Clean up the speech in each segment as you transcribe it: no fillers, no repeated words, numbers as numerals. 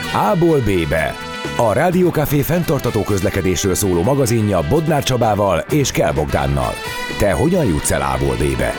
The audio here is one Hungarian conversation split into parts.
A-ból B-be. A Rádiókafé fenntartható közlekedésről szóló magazinja Bodnár Csabával és Kell Bogdánnal. Te hogyan jutsz el A-ból B-be?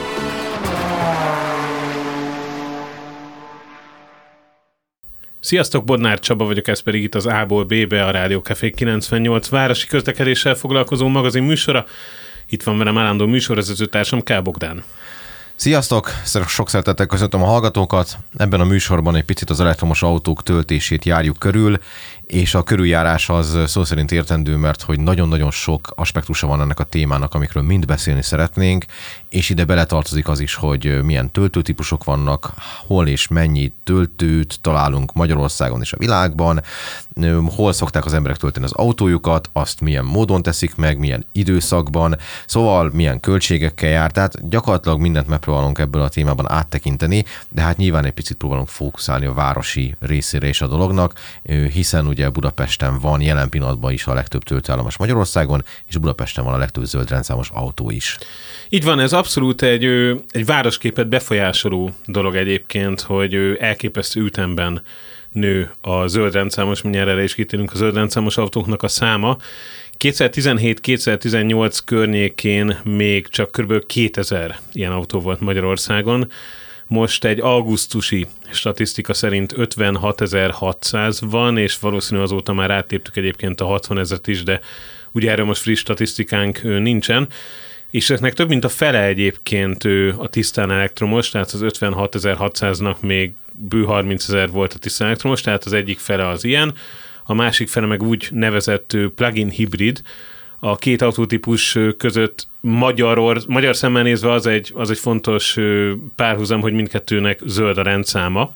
Sziasztok, Bodnár Csaba vagyok, ez pedig itt az A-ból B-be, a Rádiókafé 98 városi közlekedéssel foglalkozó magazin műsora. Itt van velem állandó műsorvezetőtársam, Kell Bogdán. Sziasztok! Sok szeretettel köszöntöm a hallgatókat. Ebben a műsorban egy picit az elektromos autók töltését járjuk körül, és a körüljárás az szó szerint értendő, mert hogy nagyon-nagyon sok aspektusa van ennek a témának, amikről mind beszélni szeretnénk, és ide beletartozik az is, hogy milyen töltőtípusok vannak, hol és mennyi töltőt találunk Magyarországon és a világban, hol szokták az emberek tölteni az autójukat, azt milyen módon teszik meg, milyen időszakban, szóval milyen költségekkel jár, tehát gyakorlatilag mindent megpróbálunk ebből a témában áttekinteni, de hát nyilván egy picit próbálunk fókuszálni a városi részére is a dolognak, hiszen ugye Budapesten van jelen pillanatban is a legtöbb töltőállomás Magyarországon, és Budapesten van a legtöbb zöldrendszámos autó is. Így van, ez abszolút egy városképet befolyásoló dolog egyébként, hogy elképesztő ütemben nő a zöldrendszámos, mindjárt erre is kitérünk, a zöldrendszámos autóknak a száma. 2017-2018 környékén még csak kb. 2000 ilyen autó volt Magyarországon. Most egy augusztusi statisztika szerint 56.600 van, és valószínű azóta már áttéptük egyébként a 60 000-et is, de ugye erről most friss statisztikánk nincsen. És ezeknek több mint a fele egyébként a tisztán elektromos, tehát az 56.600-nak még bő 30.000 volt a tisztán elektromos, tehát az egyik fele az ilyen, a másik fele meg úgy nevezett plug-in hibrid. A két autótípus között magyar szemmel nézve az egy fontos párhuzam, hogy mindkettőnek zöld a rendszáma.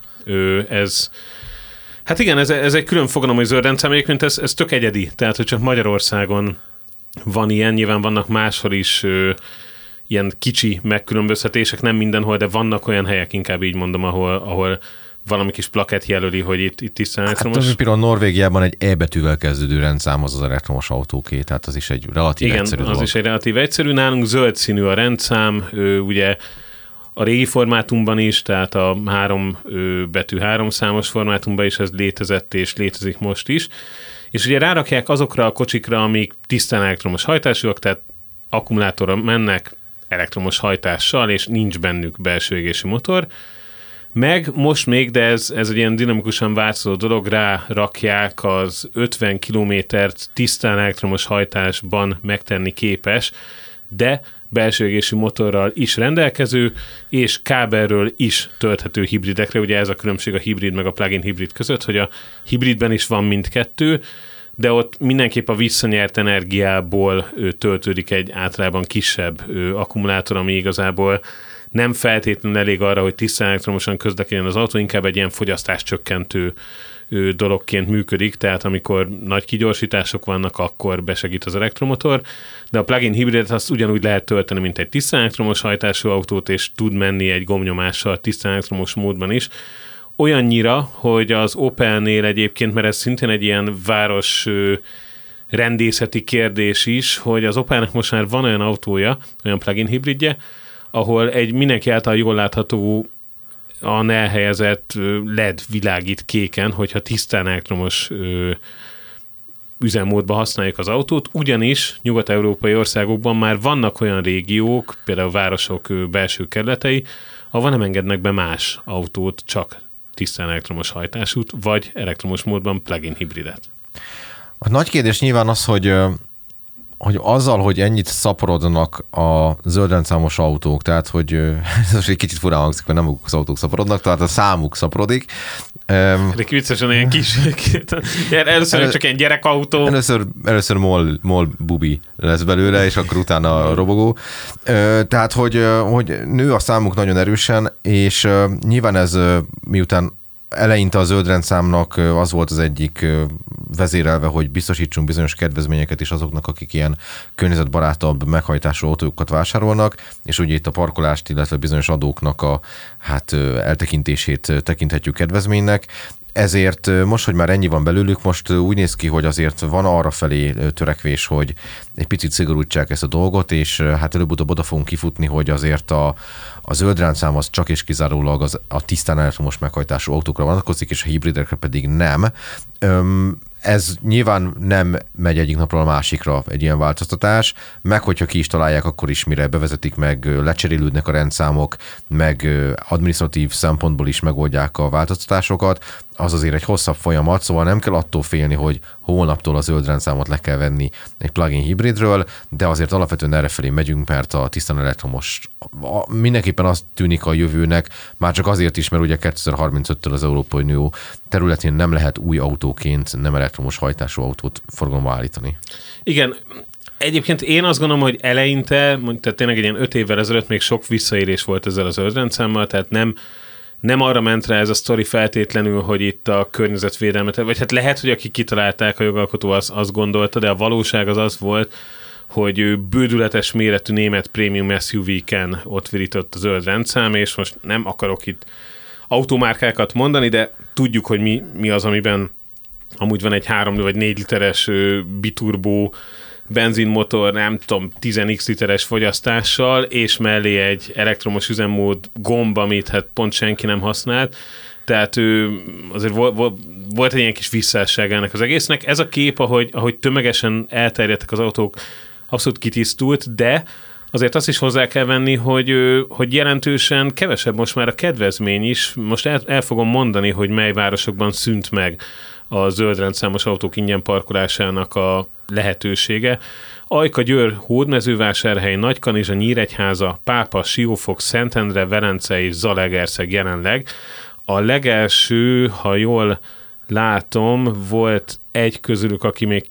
Hát igen, ez egy külön fogalom, hogy zöld rendszám, egyébként ez tök egyedi, tehát hogy csak Magyarországon van ilyen, nyilván vannak máshol is ilyen kicsi megkülönböztetések, nem mindenhol, de vannak olyan helyek, inkább így mondom, ahol valami kis plakett jelöli, hogy itt tisztán elektromos. Hát például Norvégiában egy E betűvel kezdődő rendszám az elektromos autóké, tehát az is egy relatív egyszerű dolog. Igen, az is egy relatív egyszerű. Nálunk zöld színű a rendszám, ugye a régi formátumban is, tehát a 3 betű 3 számos formátumban is ez létezett és létezik most is. És ugye rárakják azokra a kocsikra, amik tisztán elektromos hajtásúak, tehát akkumulátorra mennek elektromos hajtással, és nincs bennük belső égésű motor. Meg most még, de ez egy ilyen dinamikusan változó dolog, rárakják az 50 kilométert tisztán elektromos hajtásban megtenni képes, de belső égésű motorral is rendelkező, és kábelről is tölthető hibridekre. Ugye ez a különbség a hibrid meg a plug-in hibrid között, hogy a hibridben is van mindkettő, de ott mindenképp a visszanyert energiából töltődik egy általában kisebb akkumulátor, ami igazából nem feltétlenül elég arra, hogy tisztán elektromosan közlekedjen az autó, inkább egy ilyen fogyasztáscsökkentő dologként működik, tehát amikor nagy kigyorsítások vannak, akkor besegít az elektromotor, de a plug-in hibridet azt ugyanúgy lehet tölteni, mint egy tisztán elektromos hajtású autót, és tud menni egy gombnyomással tisztán elektromos módban is. Olyannyira, hogy az Opelnél egyébként, mert ez szintén egy ilyen város rendészeti kérdés is, hogy az Opelnek most már van olyan autója, olyan plug-in hibridje, ahol egy mindenki által jól látható elhelyezett LED világít kéken, hogyha tisztán elektromos üzemmódban használjuk az autót, ugyanis nyugat-európai országokban már vannak olyan régiók, például városok belső kerületei, ahol nem engednek be más autót, csak tisztán elektromos hajtásút, vagy elektromos módban plug-in hibridet. A nagy kérdés nyilván az, hogy azzal, hogy ennyit szaporodnak a zöldrendszámos autók, tehát hogy ez most egy kicsit furán hangzik, mert nem maguk az autók szaporodnak, tehát a számuk szaporodik. De viccesen ilyen kis, először csak egy gyerekautó. Először mol bubi lesz belőle, és akkor utána robogó. Tehát, hogy nő a számuk nagyon erősen, és nyilván ez miután eleinte a zöldrendszámnak az volt az egyik vezérelve, hogy biztosítsunk bizonyos kedvezményeket is azoknak, akik ilyen környezetbarátabb meghajtású autókat vásárolnak, és ugye itt a parkolást, illetve bizonyos adóknak a eltekintését tekinthetjük kedvezménynek. Ezért most, hogy már ennyi van belőlük, most úgy néz ki, hogy azért van arra felé törekvés, hogy egy picit szigorítsák ezt a dolgot, és hát előbb-utóbb oda fogunk kifutni, hogy azért A zöld rendszám az csak és kizárólag a tisztán elektromos meghajtású autókra vonatkozik, és a hibridekre pedig nem. Ez nyilván nem megy egyik napról a másikra egy ilyen változtatás, meg hogyha ki is találják, akkor is mire bevezetik, meg lecserélődnek a rendszámok, meg adminisztratív szempontból is megoldják a változtatásokat, az azért egy hosszabb folyamat, szóval nem kell attól félni, hogy holnaptól a zöld rendszámot le kell venni egy plug-in hibridről, de azért alapvetően errefelé megyünk, mert a tisztán elektromos mindenképpen azt tűnik a jövőnek, már csak azért is, mert ugye 2035-től az Európai Unió területén nem lehet új autóként nem elektromos hajtású autót forgalomba állítani. Igen, egyébként én azt gondolom, hogy eleinte, tehát tényleg egy ilyen 5 évvel ezelőtt még sok visszaérés volt ezzel az zöld rendszámmal, tehát nem arra ment rá ez a sztori feltétlenül, hogy itt a környezetvédelmet, vagy hát lehet, hogy akik kitalálták, a jogalkotó azt gondolta, de a valóság az volt, hogy bődületes méretű német prémium SUV-ken ott virított a zöld rendszám, és most nem akarok itt automárkákat mondani, de tudjuk, hogy mi az, amiben amúgy van egy 3 vagy 4 literes biturbó benzinmotor, nem tudom, 10x literes fogyasztással, és mellé egy elektromos üzemmód gomb, amit hát pont senki nem használt. Tehát azért volt egy ilyen kis visszásság ennek az egésznek. Ez a kép, ahogy tömegesen elterjedtek az autók, abszolút kitisztult, de azért azt is hozzá kell venni, hogy jelentősen kevesebb most már a kedvezmény is. Most el fogom mondani, hogy mely városokban szűnt meg a zöld rendszámos autók ingyen parkolásának a lehetősége. Ajka, Győr, Hódmezővásárhely, Nagykanizsa, Nyíregyháza, Pápa, Siófok, Szentendre, Velence és Zalaegerszeg jelenleg. A legelső, ha jól látom, volt egy közülük, aki még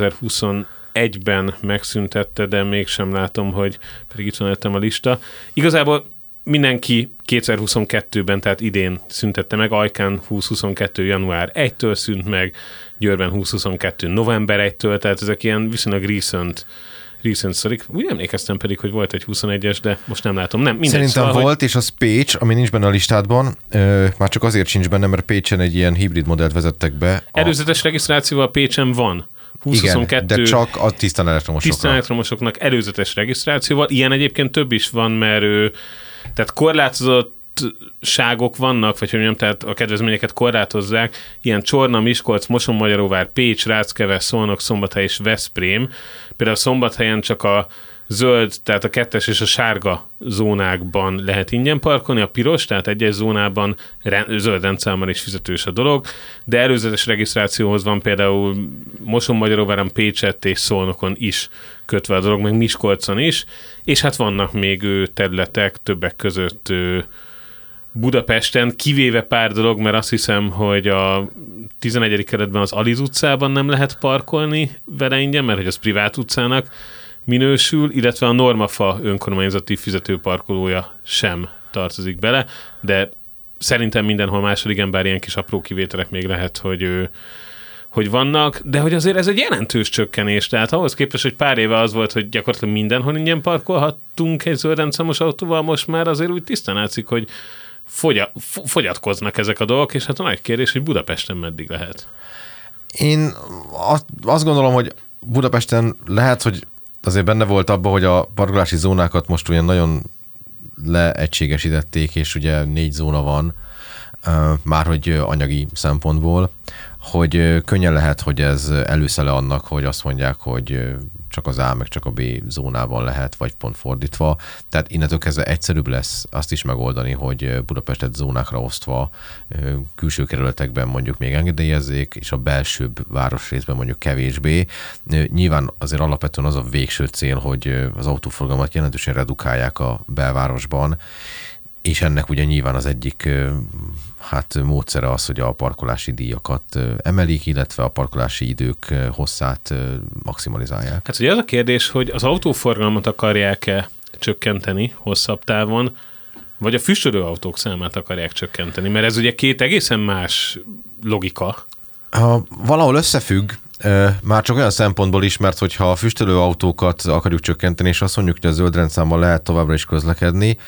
2021-ben megszüntette, de mégsem látom, hogy pedig itt van előttem a lista. Igazából mindenki 2022-ben, tehát idén szüntette meg, Ajkán 2022. január 1-től szűnt meg, Győrben 2022. november 1-től, tehát ezek ilyen viszonylag recent szorik. Úgy emlékeztem pedig, hogy volt egy 21-es, de most nem látom. Nem, mindegy. Szerintem szóval, volt, és az Pécs, ami nincs benne a listádban, már csak azért sincs benne, mert Pécsen egy ilyen hibrid modellt vezettek be. Előzetes regisztrációval Pécsen van. 2022, igen, de csak a tisztán elektromosoknak. Tisztán elektromosoknak előzetes regisztrációval. Ilyen egyébként több is van, mert tehát korlátozottságok vannak, vagy hogy mondjam, tehát a kedvezményeket korlátozzák. Ilyen Csorna, Miskolc, Mosonmagyaróvár, Pécs, Ráckeve, Szolnok, Szombathely és Veszprém. Például Szombathelyen csak a zöld, tehát a 2-es és a sárga zónákban lehet ingyen parkolni, a piros, tehát egyes zónában zöld rendszámmal is fizetős a dolog, de előzetes regisztrációhoz van például Mosonmagyaróváron, Pécsett és Szolnokon is kötve a dolog, meg Miskolcon is, és hát vannak még területek, többek között Budapesten, kivéve pár dolog, mert azt hiszem, hogy a 11. kerületben az Aliz utcában nem lehet parkolni vele ingyen, mert hogy az privát utcának minősül, illetve a Normafa önkormányzati fizetőparkolója sem tartozik bele, de szerintem mindenhol máshol igen, bár ilyen kis apró kivételek még lehet, hogy vannak, de hogy azért ez egy jelentős csökkenés, tehát ahhoz képest, hogy pár éve az volt, hogy gyakorlatilag mindenhol ingyen parkolhattunk egy zöld rendszámos autóval, most már azért úgy tisztán látszik, hogy fogyatkoznak ezek a dolgok, és hát a nagy kérdés, hogy Budapesten meddig lehet. Én azt gondolom, hogy Budapesten lehet, hogy azért benne volt abban, hogy a parkolási zónákat most olyan nagyon leegységesítették, és ugye 4 zóna van, már hogy anyagi szempontból, hogy könnyen lehet, hogy ez előszele annak, hogy azt mondják, hogy csak az A, meg csak a B zónában lehet, vagy pont fordítva. Tehát innentől kezdve egyszerűbb lesz azt is megoldani, hogy Budapestet zónákra osztva külső kerületekben mondjuk még engedélyezzék, és a belsőbb városrészben mondjuk kevésbé. Nyilván azért alapvetően az a végső cél, hogy az autóforgalmat jelentősen redukálják a belvárosban, és ennek ugye nyilván az egyik módszere az, hogy a parkolási díjakat emelik, illetve a parkolási idők hosszát maximalizálják. Hát ugye az a kérdés, hogy az autóforgalmat akarják-e csökkenteni hosszabb távon, vagy a füstölő autók számát akarják csökkenteni, mert ez ugye 2 egészen más logika. Valahol összefügg, már csak olyan szempontból is, mert hogyha a füstölő autókat akarjuk csökkenteni, és azt mondjuk, hogy a zöld rendszámmal lehet továbbra is közlekedni,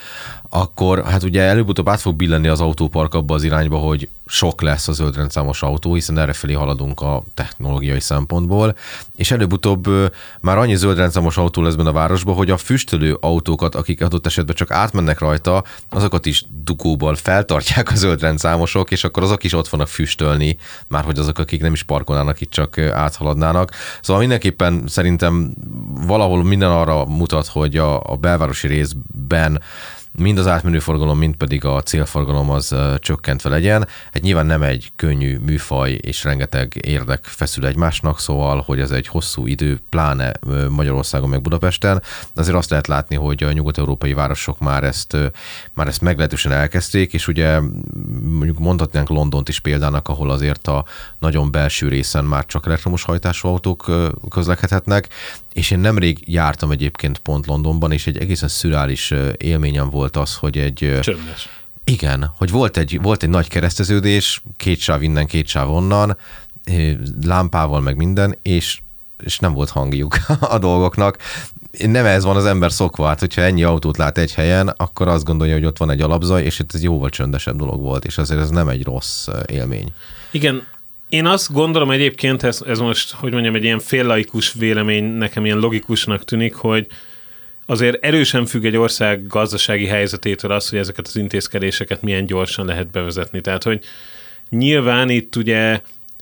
akkor hát ugye előbb-utóbb át fog billenni az autópark abba az irányba, hogy sok lesz a zöld rendszámos autó, hiszen errefelé haladunk a technológiai szempontból, és előbb-utóbb már annyi zöld rendszámos autó lesz benne a városban, hogy a füstölő autókat, akik adott esetben csak átmennek rajta, azokat is dugóból feltartják a zöld rendszámosok, és akkor azok is ott fognak füstölni, már hogy azok, akik nem is parkolnának, itt csak áthaladnának. Szóval mindenképpen szerintem valahol minden arra mutat, hogy a belvárosi részben mind az átmenő forgalom, mind pedig a célforgalom az csökkentve legyen. Hát nyilván nem egy könnyű műfaj, és rengeteg érdek feszül egymásnak, szóval, hogy ez egy hosszú idő, pláne Magyarországon meg Budapesten. Azért azt lehet látni, hogy a nyugat-európai városok már ezt meglehetősen elkezdték, és ugye mondjuk mondhatnánk Londont is példának, ahol azért a nagyon belső részen már csak elektromos hajtású autók közlekedhetnek, és én nemrég jártam egyébként pont Londonban, és egy egészen szürreális élményem volt az, hogy egy... Csöndes. Igen, hogy volt egy nagy kereszteződés, 2 sáv innen, 2 sáv onnan, lámpával meg minden, és nem volt hangjuk a dolgoknak. Nem ez van az ember szokva, hát hogyha ennyi autót lát egy helyen, akkor azt gondolja, hogy ott van egy alapzaj, és ez jóval csöndesebb dolog volt, és azért ez nem egy rossz élmény. Igen, én azt gondolom egyébként, ez most, hogy mondjam, egy ilyen féllaikus vélemény, nekem ilyen logikusnak tűnik, hogy azért erősen függ egy ország gazdasági helyzetétől az, hogy ezeket az intézkedéseket milyen gyorsan lehet bevezetni. Tehát, hogy nyilván itt ugye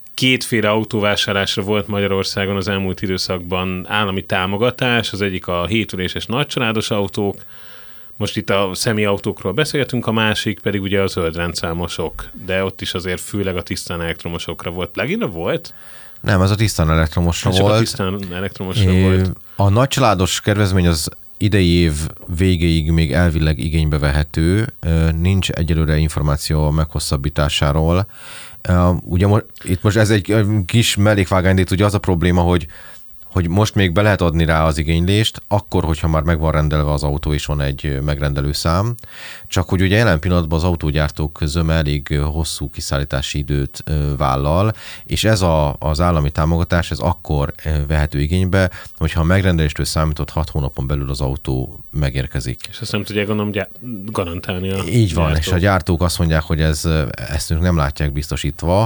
2 autóvásárlásra volt Magyarországon az elmúlt időszakban állami támogatás, az egyik a 7 üléses nagycsaládos autók, most itt a személyautókról beszélgetünk, a másik pedig ugye a zöld rendszámosok, de ott is azért főleg a tisztán elektromosokra volt. Plug-inra volt? Nem, ez a tisztán elektromosra csak volt. A tisztán elektromosra volt. A nagycsaládos kedvezmény az idei év végéig még elvileg igénybe vehető, nincs egyelőre információ a meghosszabbításáról. Ugye itt most ez egy kis mellékvágány, de itt ugye az a probléma, hogy most még be lehet adni rá az igénylést, akkor, hogyha már meg van rendelve az autó, és van egy megrendelő szám. Csak hogy ugye jelen pillanatban az autógyártók zöme elég hosszú kiszállítási időt vállal, és ez az állami támogatás, ez akkor vehető igénybe, hogyha a megrendeléstől számított 6 hónapon belül az autó megérkezik. És ezt nem tudják garantálni a Így van, gyártók. És a gyártók azt mondják, hogy ezt ők nem látják biztosítva,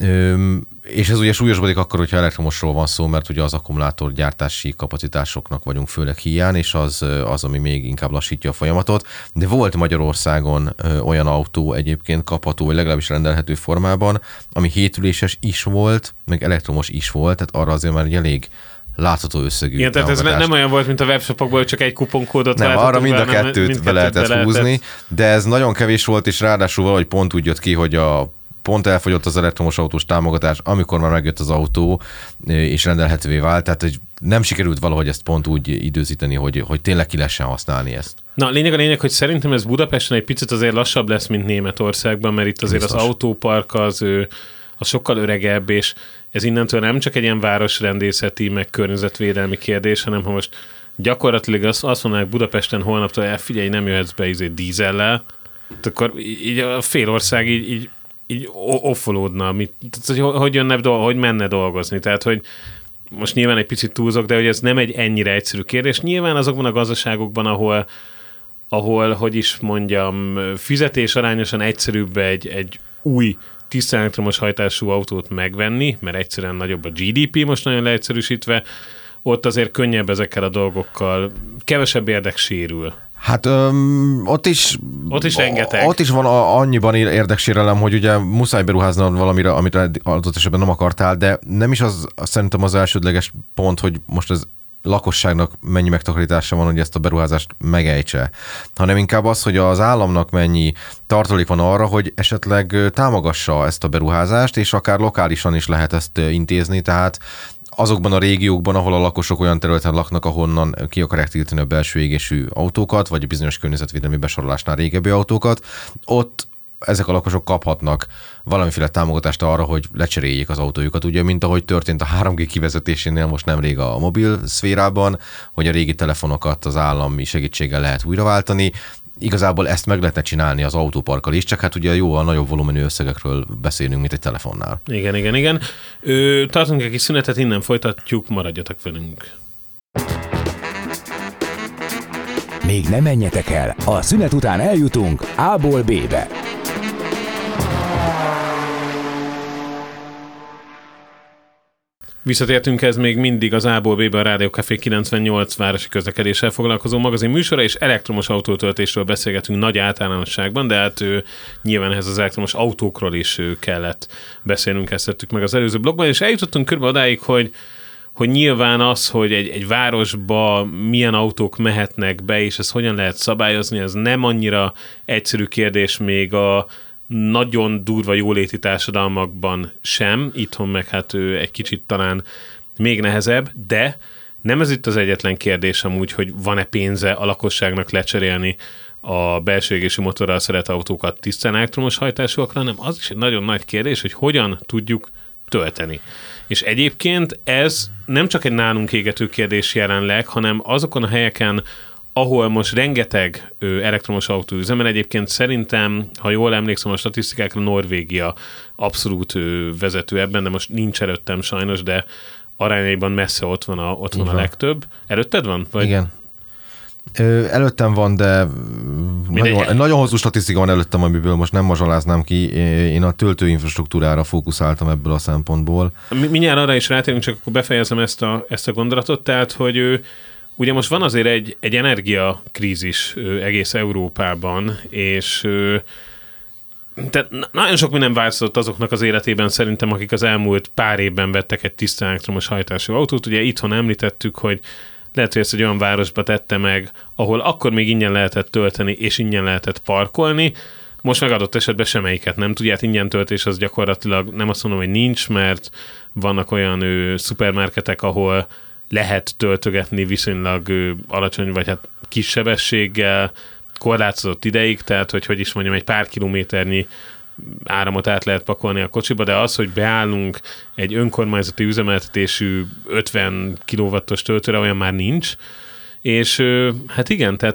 és ez ugye súlyosbodik akkor, hogyha elektromosról van szó, mert ugye az akkumulátorgyártási kapacitásoknak vagyunk főleg hiány, és az, ami még inkább lassítja a folyamatot. De volt Magyarországon olyan autó egyébként kapható, vagy legalábbis rendelhető formában, ami 7 üléses is volt, meg elektromos is volt, tehát arra azért már egy elég látható összegű. Igen, tehát ez nem olyan volt, mint a webshopokból, hogy csak egy kuponkódot nem, arra mind a be, kettőt be lehetett húzni, de ez nagyon kevés volt, és ráadásul valahogy pont úgy jött ki, hogy pont elfogyott az elektromos autós támogatás, amikor már megjött az autó, és rendelhetővé vált, tehát hogy nem sikerült valahogy ezt pont úgy időzíteni, hogy tényleg ki lehessen használni ezt. Na, a lényeg, hogy szerintem ez Budapesten egy picit azért lassabb lesz, mint Németországban, mert itt azért biztos. Az autópark az sokkal öregebb, és ez innentől nem csak egy ilyen városrendészeti, meg környezetvédelmi kérdés, hanem ha most gyakorlatilag azt mondanák Budapesten holnaptól, figyelj, nem jöhetsz be dízellel, akkor így a fél ország így offolódna, hogy jönne, hogy menne dolgozni. Tehát, hogy most nyilván egy picit túlzok, de hogy ez nem egy ennyire egyszerű kérdés. Nyilván azokban a gazdaságokban, ahol hogy is mondjam, fizetés arányosan egyszerűbb egy új tiszta elektromos hajtású autót megvenni, mert egyszerűen nagyobb a GDP, most nagyon leegyszerűsítve, ott azért könnyebb ezekkel a dolgokkal, kevesebb érdek sérül. Hát ott is rengeteg. Ott is van annyiban érdeksérelem, hogy ugye muszáj beruháznod valamire, amit adott esetben nem akartál, de nem is az szerintem az elsődleges pont, hogy most az lakosságnak mennyi megtakarítása van, hogy ezt a beruházást megejtse, hanem inkább az, hogy az államnak mennyi tartalék van arra, hogy esetleg támogassa ezt a beruházást, és akár lokálisan is lehet ezt intézni, tehát azokban a régiókban, ahol a lakosok olyan területen laknak, ahonnan ki akarják tiltani a belső égésű autókat, vagy a bizonyos környezetvédelmi besorolásnál régebbi autókat, ott ezek a lakosok kaphatnak valamiféle támogatást arra, hogy lecseréljék az autójukat, ugye, mint ahogy történt a 3G kivezetésénél most nemrég a mobil szférában, hogy a régi telefonokat az állami segítséggel lehet újraváltani. Igazából ezt meg lehetne csinálni az autóparkkal is, csak hát ugye jóval nagyobb volumenű összegekről beszélünk, mint egy telefonnál. Igen. Tartunk egy kis szünetet, innen folytatjuk, maradjatok velünk. Még nem menjetek el, a szünet után eljutunk A-ból B-be. Visszatértünk, ez még mindig az A-ból B-be a Rádió Café 98 városi közlekedéssel foglalkozó magazin műsora, és elektromos autótöltésről beszélgetünk nagy általánosságban, de hát nyilván ehhez az elektromos autókról is kellett beszélnünk, ezt tettük meg az előző blogban, és eljutottunk körülbelül odáig, hogy nyilván az, hogy egy városba milyen autók mehetnek be, és ezt hogyan lehet szabályozni, ez nem annyira egyszerű kérdés még a nagyon durva jóléti társadalmakban sem, itthon meg hát egy kicsit talán még nehezebb, de nem ez itt az egyetlen kérdés amúgy, hogy van-e pénze a lakosságnak lecserélni a belső égésű motorral szeret autókat tisztán elektromos hajtásúakra, hanem az is egy nagyon nagy kérdés, hogy hogyan tudjuk tölteni. És egyébként ez nem csak egy nálunk égető kérdés jelenleg, hanem azokon a helyeken, ahol most rengeteg elektromos autó üzemel, egyébként szerintem, ha jól emlékszem a statisztikákra, Norvégia abszolút vezető ebben, de most nincs előttem sajnos, de arányaiban messze ott van a legtöbb. Előtted van? Vagy? Igen. Előttem van, de nagyon hosszú statisztika van előttem, amiből most nem mazsoláznám ki. Én a töltőinfrastruktúrára fókuszáltam ebből a szempontból. Mindjárt arra is rátérünk, csak akkor befejezem ezt a gondolatot, tehát, hogy ugye most van azért egy energiakrízis egész Európában, és tehát nagyon sok minden változott azoknak az életében szerintem, akik az elmúlt pár évben vettek egy tisztán elektromos hajtású autót. Ugye itthon említettük, hogy lehet, hogy ezt egy olyan városba tette meg, ahol akkor még ingyen lehetett tölteni, és ingyen lehetett parkolni. Most meg adott esetben semmelyiket nem tudja, hát ingyen töltés az gyakorlatilag nem azt mondom, hogy nincs, mert vannak olyan szupermarketek, ahol lehet töltögetni viszonylag alacsony, vagy hát kis sebességgel, korlátozott ideig, tehát hogy is mondjam, egy pár kilométernyi áramot át lehet pakolni a kocsiba, de az, hogy beállunk egy önkormányzati üzemeltetésű 50 kW-os töltőre, olyan már nincs, és hát igen, tehát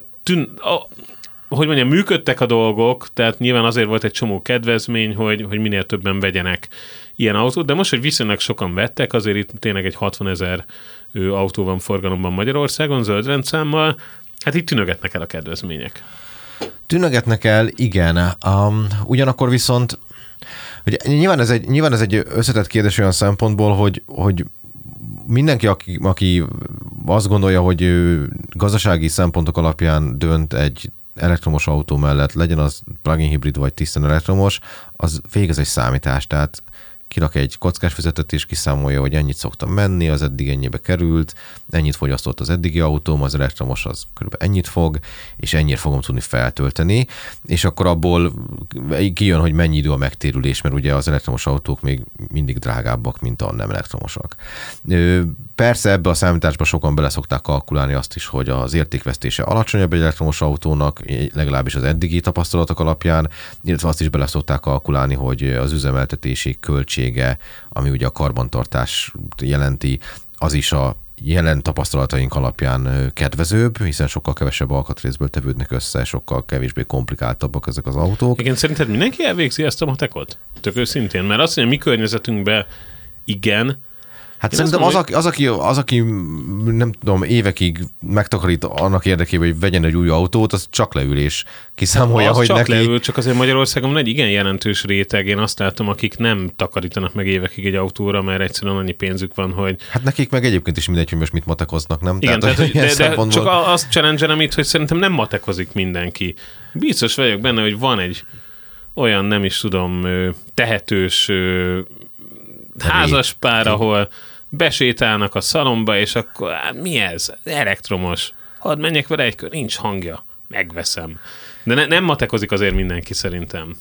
hogy mondjam, működtek a dolgok, tehát nyilván azért volt egy csomó kedvezmény, hogy minél többen vegyenek ilyen autót, de most, hogy viszonylag sokan vettek, azért itt tényleg egy 60 000 autó van forgalomban Magyarországon, zöld rendszámmal, hát itt tűnögetnek el a kedvezmények. Tűnögetnek el, igen. Ugyanakkor viszont, ugye, nyilván ez egy összetett kérdés olyan szempontból, hogy mindenki, aki azt gondolja, hogy ő gazdasági szempontok alapján dönt egy elektromos autó mellett, legyen az plug-in hibrid vagy tisztán elektromos, az végez egy számítás, tehát kirak egy kockás fizetet és kiszámolja, hogy ennyit szoktam menni, az eddig ennyibe került, ennyit fogyasztott az eddigi autóm, az elektromos az kb. Ennyit fog, és ennyire fogom tudni feltölteni, és akkor abból kijön, hogy mennyi idő a megtérülés, mert ugye az elektromos autók még mindig drágábbak, mint a nem elektromosak. Persze ebbe a számításba sokan bele szokták kalkulálni azt is, hogy az értékvesztése alacsonyabb egy elektromos autónak, legalábbis az eddigi tapasztalatok alapján, illetve azt is bele szokták kalkulálni, hogy az üzemeltetési költsége, ami ugye a karbantartás jelenti, az is a jelen tapasztalataink alapján kedvezőbb, hiszen sokkal kevesebb alkatrészből tevődnek össze, sokkal kevésbé komplikáltabbak ezek az autók. Igen, szerinted mindenki elvégzi ezt a matekot? Tök őszintén, mert azt mondja, mi környezetünkben igen. Hát én szerintem az, aki nem tudom, évekig megtakarít annak érdekében, hogy vegyen egy új autót, az csak leül és kiszámolja, hogy csak neki... leül, csak azért Magyarországon van egy igen jelentős réteg, én azt látom, akik nem takarítanak meg évekig egy autóra, mert egyszerűen annyi pénzük van, hogy... Hát nekik meg egyébként is mindegy, hogy most mit matekoznak, nem? Igen, tehát, de csak azt challenge-elem itt, hogy szerintem nem matekozik mindenki. Biztos vagyok benne, hogy van egy olyan, nem is tudom, tehetős házaspár, ahol besétálnak a szalomba, és akkor mi ez? Elektromos. Hadd menjek vele egy kör, nincs hangja. Megveszem. De nem matekozik azért mindenki szerintem.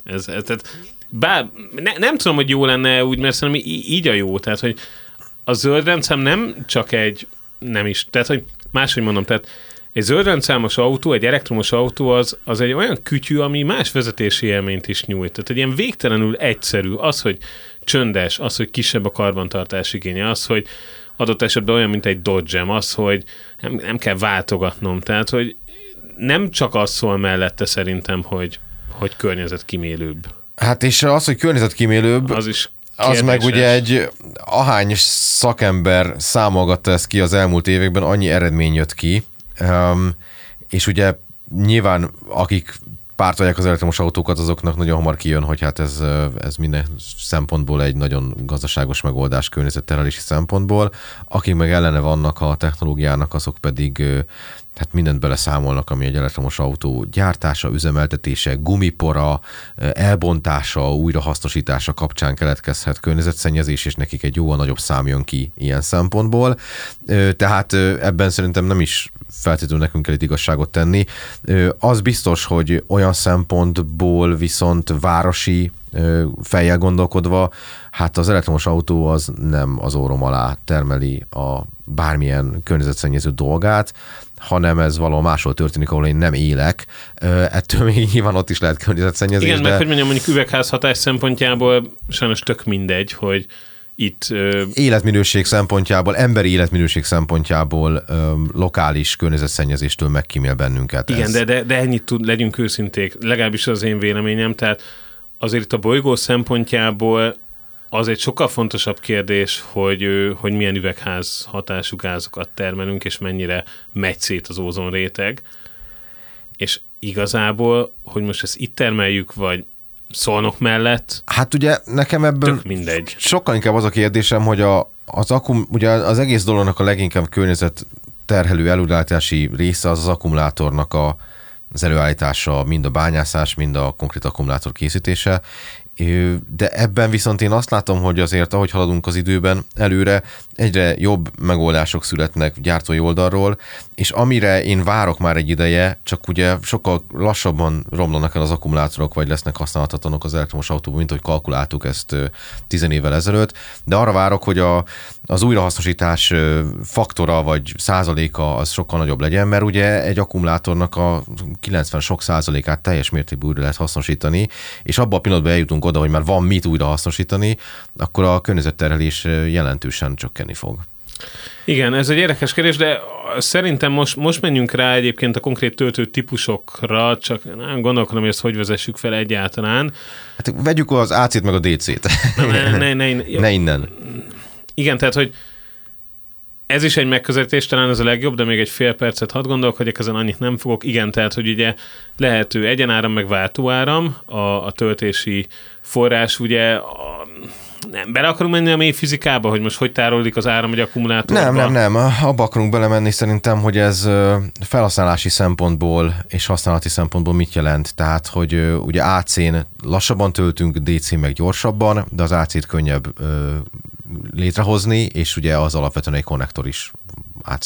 Nem tudom, hogy jó lenne úgy, mert szerintem így a jó. Tehát, hogy a zöld rendszám nem csak egy, nem is, tehát, hogy máshogy mondom, tehát egy zöld rendszámos autó, egy elektromos autó az egy olyan kütyű, ami más vezetési élményt is nyújt. Tehát egy ilyen végtelenül egyszerű, az, hogy csöndes, az, hogy kisebb a karbantartás igénye, az, hogy adott esetben olyan, mint egy Dodge-em, az, hogy nem kell váltogatnom. Tehát, hogy nem csak az szól mellette szerintem, hogy környezetkímélőbb. Hát és az, hogy környezetkímélőbb, az is az meg ugye ahány szakember számolgatta ezt ki az elmúlt években, annyi eredmény jött ki, És ugye nyilván akik pártolják az elektromos autókat, azoknak nagyon hamar kijön, hogy hát ez minden szempontból egy nagyon gazdaságos megoldás környezetterhelési szempontból. Akik meg ellene vannak a technológiának, azok pedig hát mindent beleszámolnak, ami egy elektromos autó gyártása, üzemeltetése, gumipora, elbontása, újrahasznosítása kapcsán keletkezhet környezetszennyezés, és nekik egy jóval nagyobb szám jön ki ilyen szempontból. Tehát ebben szerintem nem is feltétlenül nekünk kell itt igazságot tenni. Az biztos, hogy olyan szempontból viszont városi fejjel gondolkodva, hát az elektromos autó az nem az orrom alá termeli a bármilyen környezetszennyező dolgát, hanem ez valahol máshol történik, ahol én nem élek. Ettől még nyilván ott is lehet környezetszennyezés. Igen, meg hogy mondjuk üvegházhatás szempontjából sajnos tök mindegy, hogy itt... Életminőség szempontjából, emberi életminőség szempontjából lokális környezetszennyezéstől megkímél bennünket. Igen, de ennyit legyünk őszinték, legalábbis az én véleményem, tehát azért itt a bolygó szempontjából az egy sokkal fontosabb kérdés, hogy milyen üvegház hatású gázokat termelünk, és mennyire megy szét az ózonréteg. És igazából, hogy most ezt itt termeljük, vagy Szolnok mellett. Hát ugye nekem ebből tök mindegy. Sokkal inkább az a kérdésem, hogy ugye az egész dolognak a leginkább környezet terhelő előállítási része az akkumulátornak az előállítása, mind a bányászás, mind a konkrét akkumulátor készítése. De ebben viszont én azt látom, hogy azért, ahogy haladunk az időben előre, egyre jobb megoldások születnek gyártói oldalról, és amire én várok már egy ideje, csak ugye sokkal lassabban romlanak el az akkumulátorok, vagy lesznek használhatatlanok az elektromos autóban, mint hogy kalkuláltuk ezt 10 évvel ezelőtt, de arra várok, hogy az újrahasznosítás faktora, vagy százaléka az sokkal nagyobb legyen, mert ugye egy akkumulátornak a 90 sok százalékát teljes mértékben újra lehet hasznosítani, és abban a pillanatban eljutunk oda, hogy már van mit újra hasznosítani, akkor a környezetterhelés jelentősen csökkenni fog. Igen, ez egy érdekes kérdés, de szerintem most menjünk rá egyébként a konkrét töltő típusokra, csak nem gondolkodom, hogy ezt hogy vezessük fel egyáltalán. Hát vegyük az AC-t meg a DC-t. Ne innen. Igen, tehát, hogy ez is egy megközelítés, talán ez a legjobb, de még egy fél percet hadd gondolkodjak, ezen annyit nem fogok. Igen, tehát, hogy ugye lehető egyenáram, meg váltóáram, a töltési forrás, ugye nem bele akarunk menni a mély fizikába, hogy most hogy tárolódik az áram egy akkumulátorba? Nem. Abba akarunk belemenni szerintem, hogy ez felhasználási szempontból és használati szempontból mit jelent. Tehát, hogy ugye AC-n lassabban töltünk, DC-n meg gyorsabban, de az AC-t könnyebb létrehozni, és ugye az alapvetően egy konnektor is AC.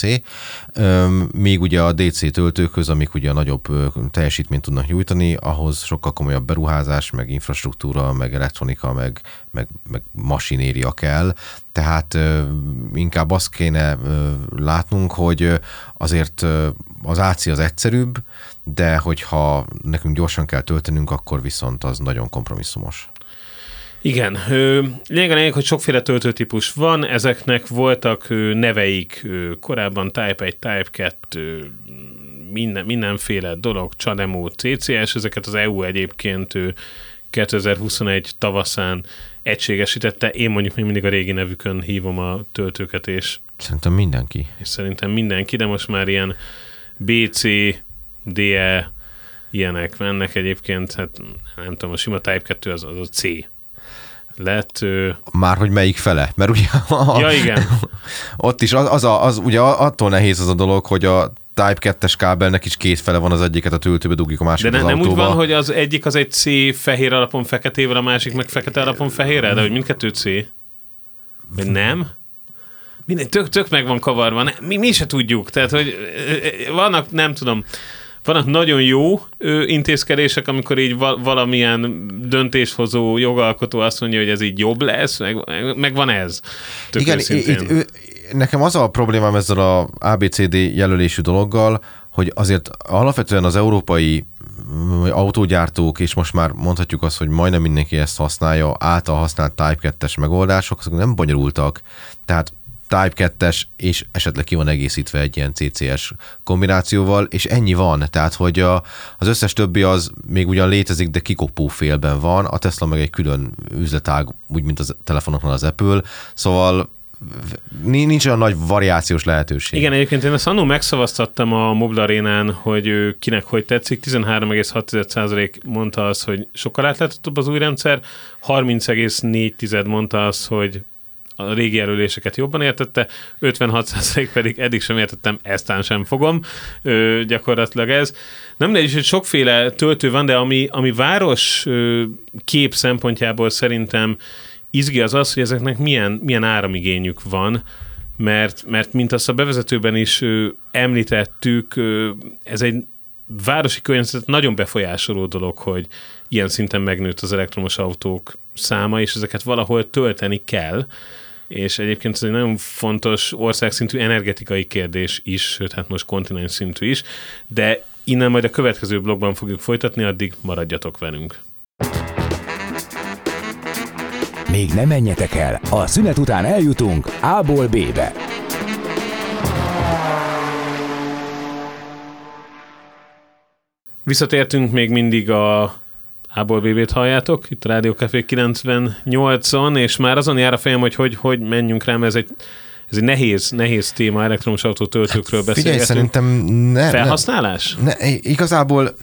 Még ugye a DC töltőkhöz, amik ugye a nagyobb teljesítményt tudnak nyújtani, ahhoz sokkal komolyabb beruházás, meg infrastruktúra, meg elektronika, meg masinéria kell. Tehát inkább azt kéne látnunk, hogy azért az AC az egyszerűbb, de hogyha nekünk gyorsan kell töltenünk, akkor viszont az nagyon kompromisszumos. Igen. Lényeg, hogy sokféle töltőtípus van, ezeknek voltak neveik korábban, Type 1, Type 2, mindenféle dolog, CHAdeMO, CCS, ezeket az EU egyébként 2021 tavaszán egységesítette. Én mondjuk még mindig a régi nevükön hívom a töltőket, és szerintem mindenki, de most már ilyen BC, DE, ilyenek mennek egyébként, hát nem tudom, a sima Type 2 az a C. Lett... Már hogy melyik fele? Mert ugye... Ja, igen. Ott is az ugye attól nehéz az a dolog, hogy a Type 2-es kábelnek is két fele van, az egyiket a töltőbe dugjuk, a másikat az autóba. De nem úgy van, hogy az egyik az egy C fehér alapon feketével, a másik meg fekete alapon fehérrel, de hogy mindkettő C? Vagy nem? Minden tök meg van kavarva. Mi se tudjuk. Tehát, hogy vannak, nem tudom... Vannak nagyon jó intézkedések, amikor így valamilyen döntéshozó, jogalkotó azt mondja, hogy ez így jobb lesz, meg van ez. Igen, nekem az a problémám ezzel a ABCD jelölésű dologgal, hogy azért alapvetően az európai autógyártók, és most már mondhatjuk azt, hogy majdnem mindenki ezt használja, által használt Type 2-es megoldások, azok nem bonyolultak. Tehát Type 2-es, és esetleg ki van egészítve egy ilyen CCS kombinációval, és ennyi van. Tehát, hogy az összes többi az még ugyan létezik, de kikopó félben van. A Tesla meg egy külön üzletág, úgy, mint a telefonoknál az Apple. Szóval nincs olyan nagy variációs lehetőség. Igen, egyébként én ezt annól megszavaztattam a Mobil Arénán, hogy kinek hogy tetszik. 13,6% mondta az, hogy sokkal átláthatóbb az új rendszer, 30,4% mondta az, hogy a régi jelöléseket jobban értette, 56% pedig eddig sem értettem, eztán sem fogom. Gyakorlatilag ez. Nem de is, hogy sokféle töltő van, de ami város kép szempontjából szerintem izgi az, hogy ezeknek milyen áramigényük van, mert mint azt a bevezetőben is említettük, ez egy városi környezetet nagyon befolyásoló dolog, hogy ilyen szinten megnőtt az elektromos autók száma, és ezeket valahol tölteni kell, és egyébként ez egy nagyon fontos országszintű energetikai kérdés is, sőt, hát most kontinens szintű is, de innen majd a következő blogban fogjuk folytatni, addig maradjatok velünk. Még ne menjetek el, a szünet után eljutunk A-ból B-be. Visszatértünk, még mindig a A-ból B-t halljátok, itt a Rádió Café 98-on, és már azon jár a fejem, hogy menjünk rá, mert ez egy nehéz téma, elektromos autó töltőkről beszélgetünk. Figyelj, szerintem felhasználás? Igazából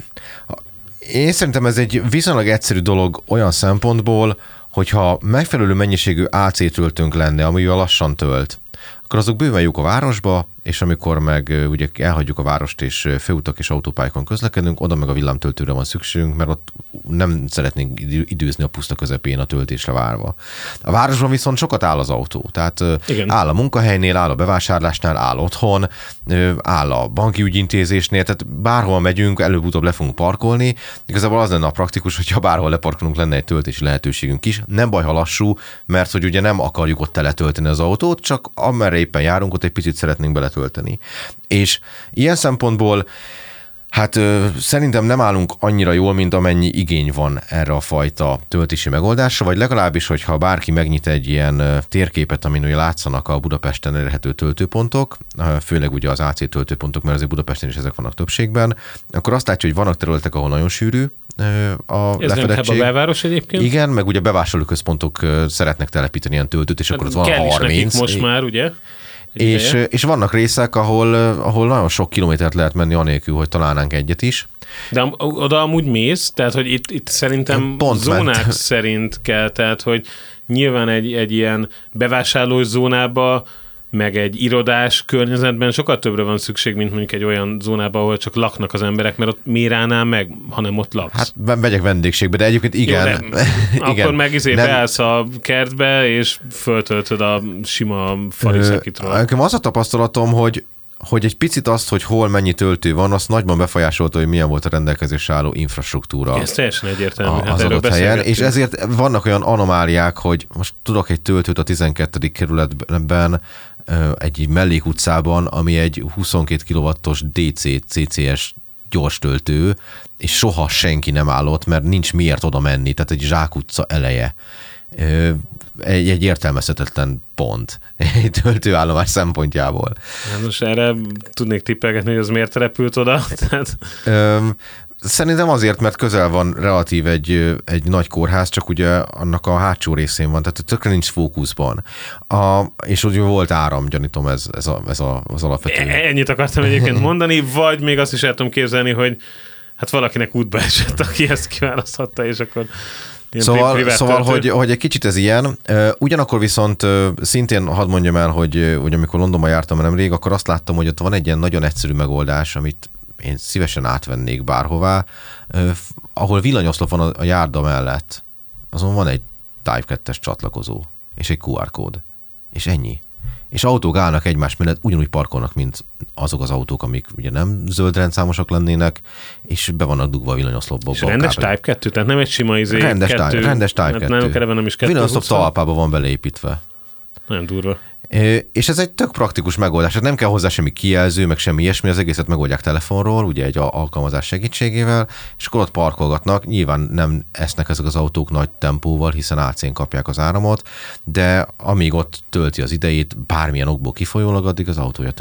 én szerintem ez egy viszonylag egyszerű dolog olyan szempontból, hogyha megfelelő mennyiségű AC töltőnk lenne, amivel lassan tölt, akkor azok bőven jók a városba, és amikor meg ugye elhagyjuk a várost, és főutak és autópályákon közlekedünk, oda meg a villámtöltőre van szükségünk, mert ott nem szeretnénk időzni a puszta közepén a töltésre várva. A városban viszont sokat áll az autó, tehát igen. Áll a munkahelynél, áll a bevásárlásnál, áll otthon, áll a banki ügyintézésnél, tehát bárhol megyünk, előbb-utóbb le fogunk parkolni. Igazából az lenne a praktikus, hogyha bárhol leparkolunk, lenne egy töltési lehetőségünk is. Nem baj, ha lassú, mert hogy ugye nem akarjuk ott teletölteni az autót, csak amerre éppen járunk, ott egy picit szeretnénk beletölteni. És ilyen szempontból hát szerintem nem állunk annyira jól, mint amennyi igény van erre a fajta töltési megoldásra, vagy legalábbis, hogyha bárki megnyit egy ilyen térképet, amin ugye látszanak a Budapesten elérhető töltőpontok, főleg ugye az AC töltőpontok, mert azért Budapesten is ezek vannak többségben, akkor azt látja, hogy vannak területek, ahol nagyon sűrű a lefedettség. Ez nem a belváros egyébként? Igen, meg ugye bevásárlóközpontok szeretnek telepíteni ilyen töltőt, és akkor ott van 30. Most már, ugye? És vannak részek, ahol nagyon sok kilométert lehet menni anélkül, hogy találnánk egyet is. De oda amúgy mész, tehát hogy itt szerintem zónák szerint kell, tehát hogy nyilván egy ilyen bevásárlós zónába, meg egy irodás környezetben sokkal többre van szükség, mint mondjuk egy olyan zónában, ahol csak laknak az emberek, mert ott miért állnál meg, hanem ott laksz. Hát megyek vendégségbe, de egyébként igen. Jó, igen. Akkor meg beállsz a kertbe, és föltöltöd a sima faliszakitról. Nekem az a tapasztalatom, hogy egy picit azt, hogy hol mennyi töltő van, azt nagyban befolyásolta, hogy milyen volt a rendelkezésre álló infrastruktúra. Ez teljesen egyértelmű. Az adott helyen, és ezért vannak olyan anomáliák, hogy most tudok egy töltőt a 12. kerületben, egy mellékutcában, ami egy 22 kW-os DC CCS gyors töltő, és soha senki nem állott, mert nincs miért oda menni, tehát egy zsákutca eleje. Egy értelmezhetetlen pont egy töltőállomás szempontjából. Most erre tudnék tippelgetni, hogy az miért repült oda? Szerintem azért, mert közel van relatív egy nagy kórház, csak ugye annak a hátsó részén van, tehát tökre nincs fókuszban. És ugye volt áram, gyanítom, ez az alapvető. Ennyit akartam egyébként mondani, vagy még azt is el tudom képzelni, hogy hát valakinek útba esett, aki ezt kiválaszthatta, és akkor Szóval hogy egy kicsit ez ilyen. Ugyanakkor viszont szintén hadd mondjam el, hogy amikor Londonban jártam nemrég, akkor azt láttam, hogy ott van egy ilyen nagyon egyszerű megoldás, amit én szívesen átvennék bárhová, ahol villanyoszlop van a járda mellett. Azon van egy Type 2-es csatlakozó, és egy QR kód. És ennyi. És autók állnak egymás mellett, ugyanúgy parkolnak, mint azok az autók, amik ugye nem zöld rendszámosak lennének, és be vannak dugva a villanyoszlopba. És rendes Type 2, tehát nem egy sima rendes Type 2. Nem is 220. Villanyoszlop talpába van beleépítve. Nagyon durva. És ez egy tök praktikus megoldás. Nem kell hozzá semmi kijelző, meg semmi ilyesmi, az egészet megoldják telefonról, ugye egy alkalmazás segítségével, és akkor ott parkolgatnak. Nyilván nem esznek ezek az autók nagy tempóval, hiszen AC-n kapják az áramot, de amíg ott tölti az idejét, bármilyen okból kifolyólag, addig az autója tölt.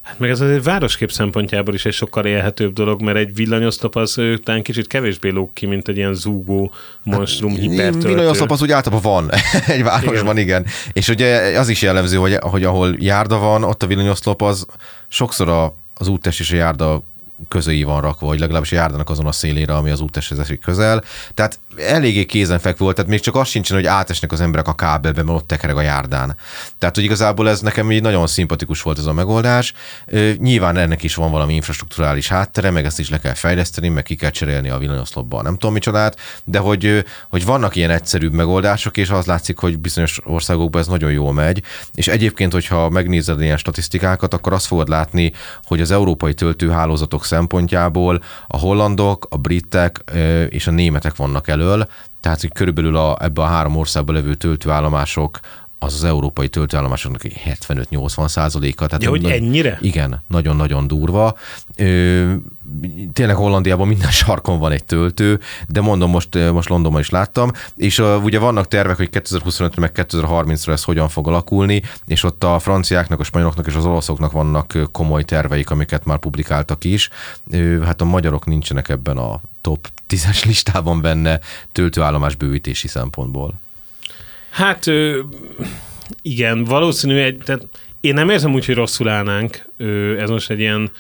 Hát meg ez egy városkép szempontjából is egy sokkal élhetőbb dolog, mert egy villanyoszlop az talán kicsit kevésbé lóg ki, mint egy ilyen zúgó monstrum hipertöltő. Villanyoszlop az úgy általában van egy városban, igen. És ugye az is jellemző, hogy ahol járda van, ott a villanyoszlop az sokszor az úttest és a járda közé van rakva, vagy legalábbis a járdának azon a szélére, ami az úttesthez esik közel. Tehát eléggé kézenfekvő volt, tehát még csak az sincsen, hogy átesnek az emberek a kábelbe, mert ott tekereg a járdán. Tehát, hogy igazából ez nekem így nagyon szimpatikus volt ez a megoldás. Nyilván ennek is van valami infrastrukturális háttere, meg ezt is le kell fejleszteni, meg ki kell cserélni a villanyoszlopban, nem tudom micsodát, de hogy vannak ilyen egyszerűbb megoldások, és az látszik, hogy bizonyos országokban ez nagyon jól megy. És egyébként, hogyha megnézed ilyen statisztikákat, akkor azt fogod látni, hogy az európai töltőhálózatok szempontjából a hollandok, a britek és a németek vannak elől, tehát hogy körülbelül ebben a 3 országban levő töltőállomások az európai töltőállomásoknak 75-80%-a. Tehát hogy ennyire? Igen, nagyon-nagyon durva. Tényleg Hollandiában minden sarkon van egy töltő, de mondom, most Londonban is láttam, és ugye vannak tervek, hogy 2025-re meg 2030-ra ez hogyan fog alakulni, és ott a franciáknak, a spanyoloknak és az olaszoknak vannak komoly terveik, amiket már publikáltak is. Hát a magyarok nincsenek ebben a top 10-es listában benne töltőállomás bővítési szempontból. Hát igen, valószínű, tehát én nem érzem úgy, hogy rosszul állnánk, ez most egy ilyen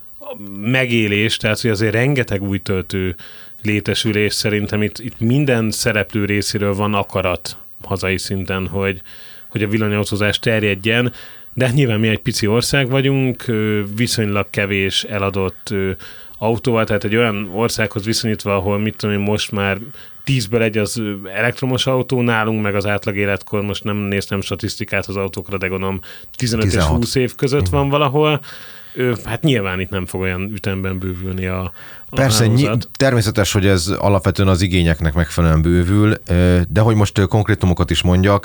megélés, tehát hogy azért rengeteg új töltő létesül, és szerintem itt minden szereplő részéről van akarat hazai szinten, hogy a villanyautózás terjedjen, de nyilván mi egy pici ország vagyunk, viszonylag kevés eladott autóval, tehát egy olyan országhoz viszonyítva, ahol mit tudom én, most már 10-ből 1 az elektromos autó, nálunk meg az átlag életkor, most nem néztem statisztikát az autókra, de gondolom 15 és 20 év között van valahol. Hát nyilván itt nem fog olyan ütemben bővülni a Persze, természetes, hogy ez alapvetően az igényeknek megfelelően bővül, de hogy most konkrétumokat is mondjak,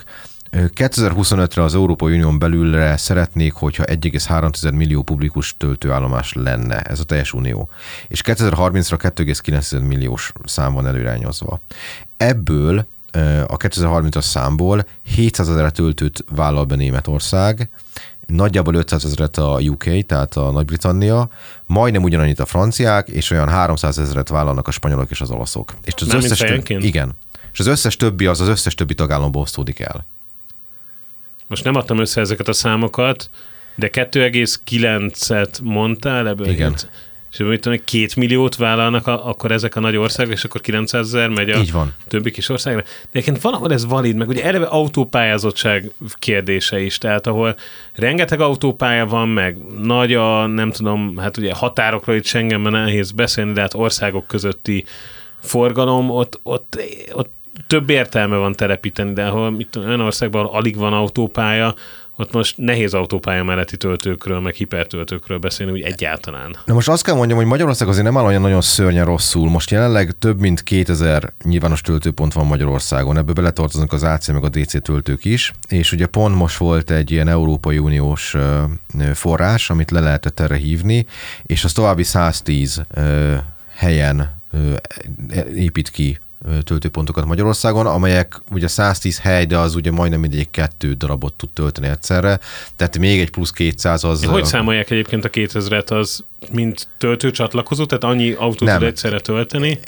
2025-re az Európai Unión belülre szeretnék, hogyha 1,3 millió publikus töltőállomás lenne, ez a teljes unió. És 2030-ra 2,9 milliós szám van előirányozva. Ebből a 2030-as számból 700 000 töltőt vállal be Németország, nagyjából 500 000 a UK, tehát a Nagy-Britannia, majdnem ugyanannyit a franciák, és olyan 300 000 vállalnak a spanyolok és az olaszok. És az összes igen. És az összes többi az összes többi tagállamból osztódik el. Most nem adtam össze ezeket a számokat, de 2,9-et mondtál ebből. Igen. És mit tudom, 2 milliót vállalnak akkor ezek a nagy országok, és akkor 900 000 megy a többi kis országra. De egyébként valahol ez valid, meg ugye eleve autópályazottság kérdése is, tehát ahol rengeteg autópálya van, meg nagy a, nem tudom, hát ugye határokról itt Schengenben nehéz beszélni, de hát országok közötti forgalom, ott több értelme van telepíteni, de ahol mit tudom, olyan országban, ahol alig van autópálya, ott most nehéz autópálya melletti töltőkről, meg hipertöltőkről beszélni úgy egyáltalán. Na most azt kell mondjam, hogy Magyarország azért nem áll olyan nagyon szörnyen rosszul. Most jelenleg több mint 2000 nyilvános töltőpont van Magyarországon. Ebből beletartoznak az AC meg a DC töltők is, és ugye pont most volt egy ilyen Európai Uniós forrás, amit le lehetett erre hívni, és az további 110 helyen épít ki töltőpontokat Magyarországon, amelyek ugye 110 hely, de az ugye majdnem mindegyik 2 darabot tud tölteni egyszerre, tehát még egy plusz 200 az... Hogy számolják egyébként a 2000-et, az mint töltőcsatlakozó, tehát annyi autót tud egyszerre tölteni?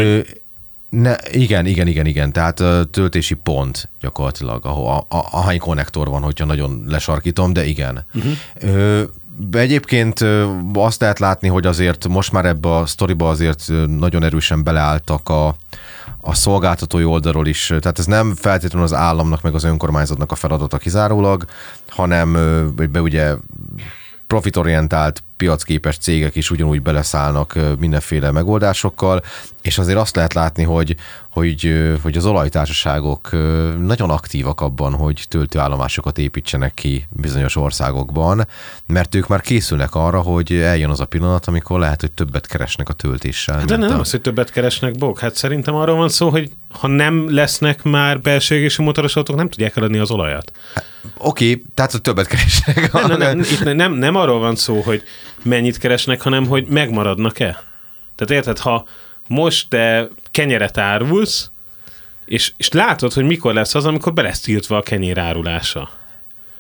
Igen, tehát töltési pont gyakorlatilag, ahány konnektor van, hogyha nagyon lesarkítom, de igen. Egyébként azt lehet látni, hogy azért most már ebbe a sztoriba azért nagyon erősen beleálltak a szolgáltatói oldalról is. Tehát ez nem feltétlenül az államnak meg az önkormányzatnak a feladata kizárólag, hanem ugye profitorientált, piacképes cégek is ugyanúgy beleszállnak mindenféle megoldásokkal, és azért azt lehet látni, hogy az olajtársaságok nagyon aktívak abban, hogy töltőállomásokat építsenek ki bizonyos országokban, mert ők már készülnek arra, hogy eljön az a pillanat, amikor lehet, hogy többet keresnek a töltéssel. De nem az, hogy többet keresnek, Bog. Hát szerintem arról van szó, hogy ha nem lesznek már belső égésű motoros autók, nem tudják eladni az olajat. Oké, tehát hogy többet keresnek. Nem arról van szó, hogy mennyit keresnek, hanem hogy megmaradnak-e. Tehát érted, ha most te kenyeret árulsz, és látod, hogy mikor lesz az, amikor be lesz tiltva a kenyér árulása,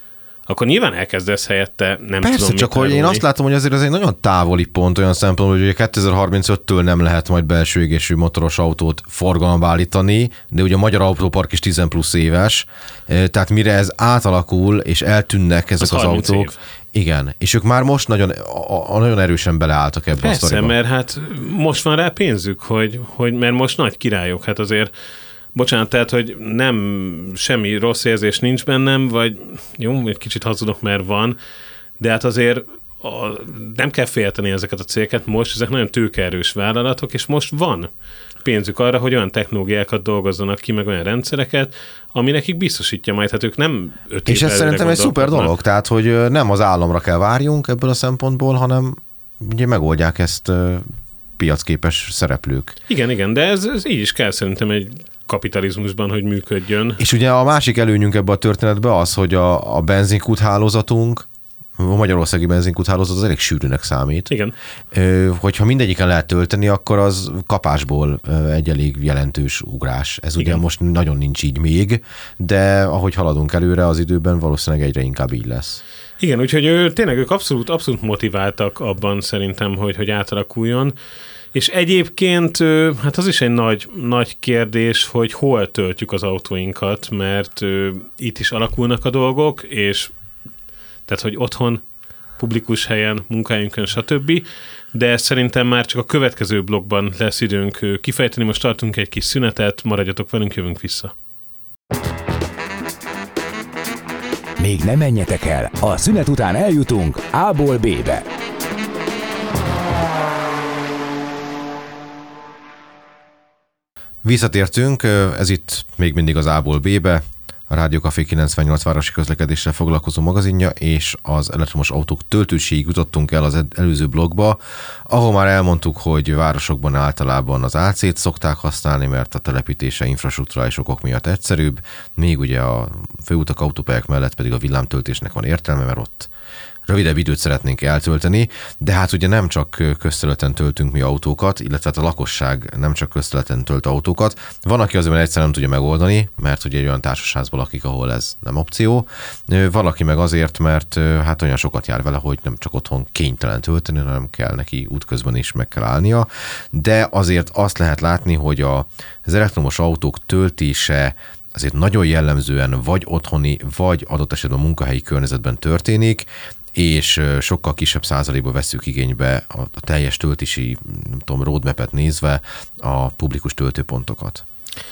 akkor nyilván elkezdesz helyette, nem Persze, tudom, csak hogy árulni. én azt látom, hogy azért ez egy nagyon távoli pont olyan szempontból, hogy ugye 2035-től nem lehet majd belső égésű motoros autót forgalomba állítani, de ugye a magyar autópark is 10 plusz éves, tehát mire ez átalakul és eltűnnek ezek az autók. Év. Igen, és ők már most nagyon erősen beleálltak ebbe a sztoriba. Persze, mert hát most van rá pénzük, mert most nagy királyok, hát azért bocsánat, tehát, hogy nem semmi rossz érzés nincs bennem, vagy jó, egy kicsit hazudok, mert van, de hát azért nem kell félteni ezeket a cégeket, most ezek nagyon tőkeerős vállalatok, és most van pénzük arra, hogy olyan technológiákat dolgozzanak ki, meg olyan rendszereket, ami nekik biztosítja majd, hát ők nem 5 És ez szerintem egy szuper dolog, tehát hogy nem az államra kell várjunk ebből a szempontból, hanem ugye megoldják ezt piacképes szereplők. Igen, de ez így is kell szerintem egy kapitalizmusban, hogy működjön. És ugye a másik előnyünk ebben a történetben az, hogy a benzinkút hálózatunk, a magyarországi benzinkút hálózat az elég sűrűnek számít. Igen. Hogyha mindegyiken lehet tölteni, akkor az kapásból egy elég jelentős ugrás. Ez ugye most nagyon nincs így még, de ahogy haladunk előre az időben, valószínűleg egyre inkább így lesz. Igen, úgyhogy tényleg ők abszolút motiváltak abban szerintem, hogy átalakuljon. És egyébként hát az is egy nagy kérdés, hogy hol töltjük az autóinkat, mert itt is alakulnak a dolgok, és tehát, hogy otthon, publikus helyen, munkahelyünkön, stb. De szerintem már csak a következő blogban lesz időnk kifejteni. Most tartunk egy kis szünetet, maradjatok velünk, jövünk vissza. Még nem menjetek el, a szünet után eljutunk A-ból B-be. Visszatértünk, ez itt még mindig az A-ból B-be, a Rádió Café 98 városi közlekedéssel foglalkozó magazinja, és az elektromos autók töltőségig jutottunk el az előző blogba, ahol már elmondtuk, hogy városokban általában az AC-t szokták használni, mert a telepítése infrastrukturális okok miatt egyszerűbb, még ugye a főutak, autópályák mellett pedig a villámtöltésnek van értelme, mert ott rövidebb időt szeretnénk eltölteni, de hát ugye nem csak közterületen töltünk mi autókat, illetve a lakosság nem csak közterületen tölt autókat. Van, aki azért egyszerűen nem tudja megoldani, mert ugye egy olyan társasházban lakik, ahol ez nem opció. Valaki meg azért, mert hát olyan sokat jár vele, hogy nem csak otthon kénytelen tölteni, hanem kell neki útközben is meg kell állnia. De azért azt lehet látni, hogy az elektromos autók töltése azért nagyon jellemzően vagy otthoni, vagy adott esetben munkahelyi környezetben történik, és sokkal kisebb százalékban vesszük igénybe a teljes töltési, nem tudom, roadmap-et nézve a publikus töltőpontokat.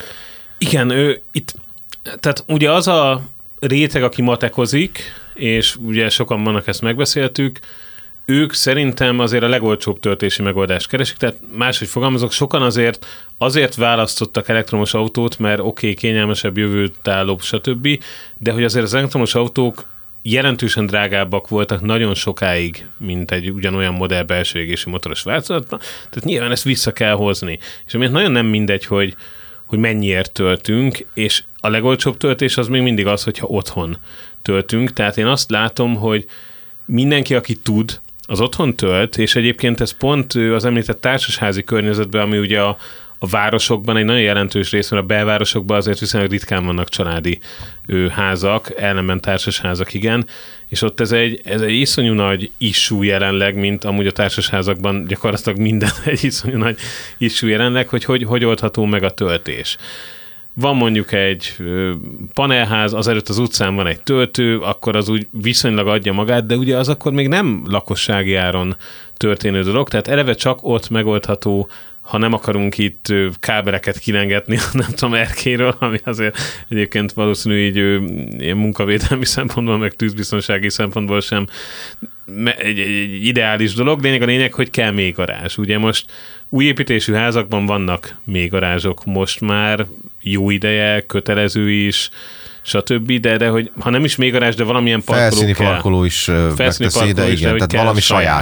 Igen, itt, tehát ugye az a réteg, aki matekozik, és ugye sokan vannak, ezt megbeszéltük, ők szerintem azért a legolcsóbb töltési megoldást keresik, tehát máshogy fogalmazok, sokan azért választottak elektromos autót, mert oké, kényelmesebb, jövőtállóbb, stb., de hogy azért az elektromos autók jelentősen drágábbak voltak nagyon sokáig, mint egy ugyanolyan modell belső égésű motoros változatban, tehát nyilván ezt vissza kell hozni. És amiért nagyon nem mindegy, hogy mennyiért töltünk, és a legolcsóbb töltés az még mindig az, hogyha otthon töltünk, tehát én azt látom, hogy mindenki, aki tud, az otthon tölt, és egyébként ez pont az említett társasházi környezetben, ami ugye a városokban egy nagyon jelentős rész, mert a belvárosokban azért viszonylag ritkán vannak családi házak, ellenben társasházak, igen, és ott ez egy iszonyú nagy issue jelenleg, mint amúgy a társasházakban gyakorlatilag minden egy iszonyú nagy issue jelenleg, hogy oldható meg a töltés. Van mondjuk egy panelház, az előtt az utcán van egy töltő, akkor az úgy viszonylag adja magát, de ugye az akkor még nem lakossági áron történő dolog, tehát eleve csak ott megoldható, ha nem akarunk itt kábeleket kilengetni, nem tudom, erkéről, ami azért egyébként valószínű így ilyen munkavédelmi szempontból, meg tűzbiztonsági szempontból sem egy ideális dolog. A lényeg, hogy kell még garázs. Ugye most új építésű házakban vannak még garázsok most már, jó ideje, kötelező is, stb. De hogy ha nem is még garázs, de valamilyen parkoló felszíni kell. parkoló is megteszi, de igen, tehát valami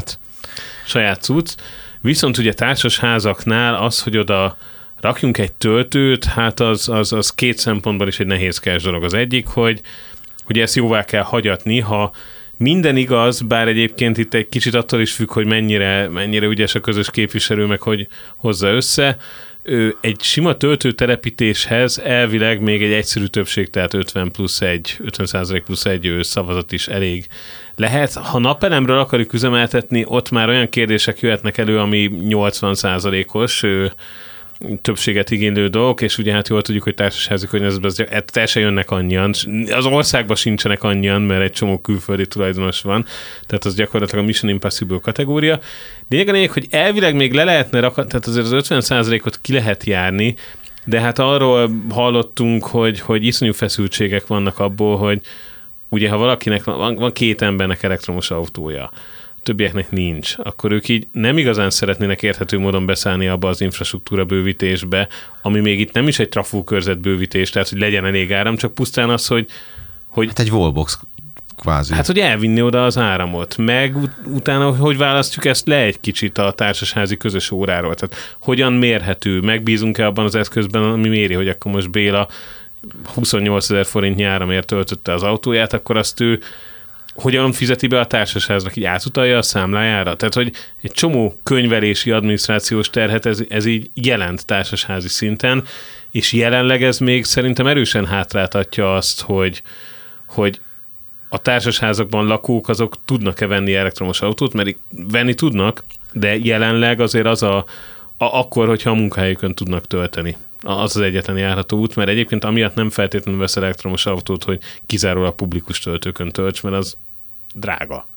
saját cucc. Viszont ugye társasházaknál az, hogy oda rakjunk egy töltőt, hát az két szempontból is egy nehézkes dolog. Az egyik, hogy ezt jóvá kell hagyatni, ha minden igaz, bár egyébként itt egy kicsit attól is függ, hogy mennyire ügyes a közös képviselő, meg hogy hozza össze. egy sima töltőtelepítéshez elvileg még egy egyszerű többség, tehát 50% plusz egy szavazat is elég lehet. Ha napelemről akarjuk üzemeltetni, ott már olyan kérdések jöhetnek elő, ami 80%-os többséget igénylő dolgok, és ugye hát jól tudjuk, hogy társasházi környezetben el se jönnek annyian. Az országban sincsenek annyian, mert egy csomó külföldi tulajdonos van, tehát az gyakorlatilag a Mission Impossible kategória. Lényeg, hogy elvileg még le lehetne rakni, tehát azért az 50%-ot ki lehet járni, de hát arról hallottunk, hogy iszonyú feszültségek vannak abból, hogy ugye ha valakinek van két embernek elektromos autója, többieknek nincs, akkor ők így nem igazán szeretnének érthető módon beszállni abba az infrastruktúra bővítésbe, ami még itt nem is egy trafókörzet bővítés, tehát hogy legyen elég áram, csak pusztán az, hogy hát egy wallbox kvázi. Hát, hogy elvinni oda az áramot, meg utána, hogy választjuk ezt le egy kicsit a társasházi közös óráról, tehát hogyan mérhető, megbízunk-e abban az eszközben, ami méri, hogy akkor most Béla 28 000 forint áramért töltötte az autóját, akkor azt ő hogyan fizeti be a társasháznak, így átutalja a számlájára? Tehát, hogy egy csomó könyvelési, adminisztrációs terhet ez így jelent társasházi szinten, és jelenleg ez még szerintem erősen hátráltatja azt, hogy a társasházakban lakók azok tudnak-e venni elektromos autót, mert venni tudnak, de jelenleg azért az akkor, hogyha a munkahelyükön tudnak tölteni. Az egyetlen járható út, mert egyébként amiatt nem feltétlenül vesz elektromos autót, hogy kizárólag publikus töltőkön tölts, mert az drága.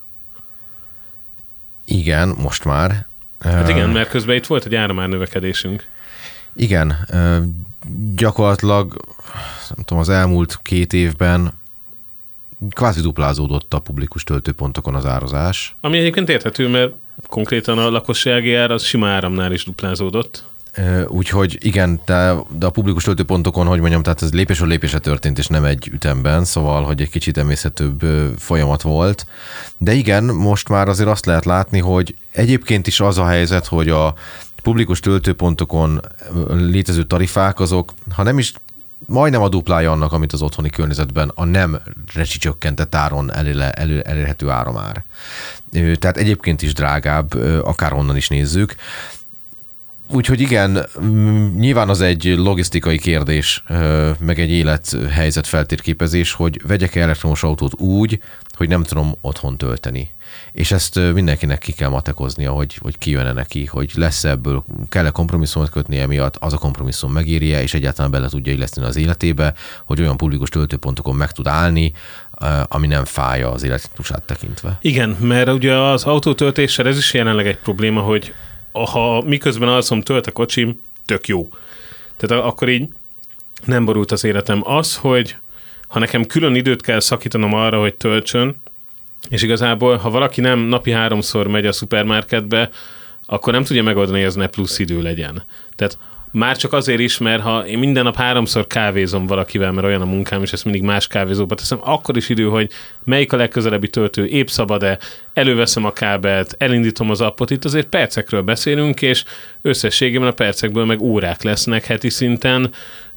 Igen, most már. Hát igen, mert közben itt volt egy áramár növekedésünk. Igen, gyakorlatilag nem tudom, az elmúlt 2 évben kvázi duplázódott a publikus töltőpontokon az árazás. Ami egyébként érthető, mert konkrétan a lakossági ár az sima áramnál is duplázódott. Úgyhogy igen, de a publikus töltőpontokon, hogy mondjam, tehát ez lépésről lépésre történt, és nem egy ütemben, szóval, hogy egy kicsit emészhetőbb folyamat volt. De igen, most már azért azt lehet látni, hogy egyébként is az a helyzet, hogy a publikus töltőpontokon létező tarifák azok, ha nem is majdnem a duplája annak, amit az otthoni környezetben a nem rezsicsökkentett áron elérhető áramár. Tehát egyébként is drágább, akárhonnan is nézzük. Úgyhogy igen, nyilván az egy logisztikai kérdés, meg egy élethelyzet feltérképezés, hogy vegyek-e elektromos autót úgy, hogy nem tudom otthon tölteni. És ezt mindenkinek ki kell matekoznia, hogy kijön-e neki, hogy lesz ebből, kell-e kompromisszumot kötni emiatt, az a kompromisszum megéri-e, és egyáltalán bele tudja illeszteni az életébe, hogy olyan publikus töltőpontokon meg tud állni, ami nem fája az életciklusát tekintve. Igen, mert ugye az autótöltéssel ez is jelenleg egy probléma, hogy ha miközben alszom, tölt a kocsim, tök jó. Tehát akkor így nem borult az életem. Az, hogy ha nekem külön időt kell szakítanom arra, hogy töltsön, és igazából, ha valaki nem napi 3-szor megy a szupermarketbe, akkor nem tudja megoldani, hogy ez ne plusz idő legyen. Tehát már csak azért is, mert ha én minden nap 3-szor kávézom valakivel, mert olyan a munkám, és ezt mindig más kávézóba teszem, akkor is idő, hogy melyik a legközelebbi töltő, épp szabad-e, előveszem a kábelt, elindítom az appot, itt azért percekről beszélünk, és összességében a percekből meg órák lesznek heti szinten,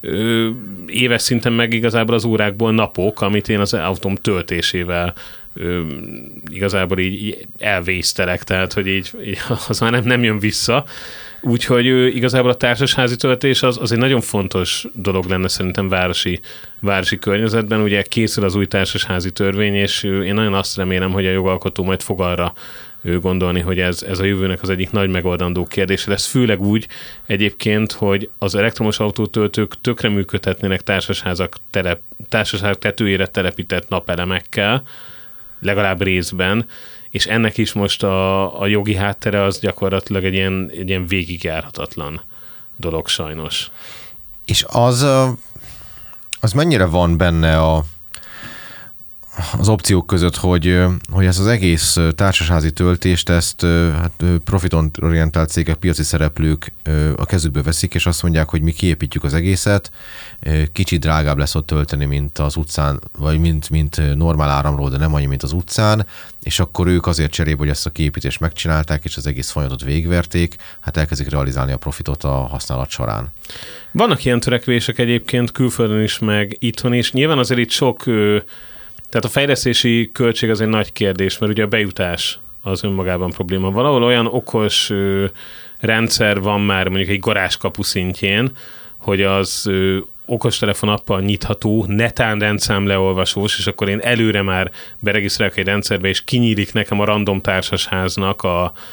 éves szinten meg igazából az órákból napok, amit én az autóm töltésével igazából így elvésztelek, tehát hogy így az már nem jön vissza. Úgyhogy igazából a társasházi töltés az egy nagyon fontos dolog lenne szerintem városi környezetben. Ugye készül az új társasházi törvény, és én nagyon azt remélem, hogy a jogalkotó majd fog arra gondolni, hogy ez a jövőnek az egyik nagy megoldandó kérdése lesz. Főleg úgy egyébként, hogy az elektromos autótöltők tökre működhetnének társasházak tetőjére telepített napelemekkel, legalább részben, és ennek is most a jogi háttere az gyakorlatilag egy ilyen végigjárhatatlan dolog sajnos. És az mennyire van benne az opciók között, hogy ez az egész társasházi töltést, ezt profitorientált cégek, piaci szereplők a kezükbe veszik, és azt mondják, hogy mi kiépítjük az egészet, kicsit drágább lesz ott tölteni, mint az utcán, vagy mint normál áramról, de nem annyi, mint az utcán, és akkor ők azért cserébe, hogy ezt a kiépítést megcsinálták, és az egész folyamatot végigverték, hát elkezdik realizálni a profitot a használat során. Vannak ilyen törekvések egyébként külföldön is, meg itthon is. Nyilván azért itt sok... Tehát a fejlesztési költség az egy nagy kérdés, mert ugye a bejutás az önmagában probléma. Valahol olyan okos rendszer van már mondjuk egy garázskapu szintjén, hogy az okostelefon appal nyitható, netán rendszámleolvasós, és akkor én előre már beregisztrálok egy rendszerbe, és kinyílik nekem a random társasháznak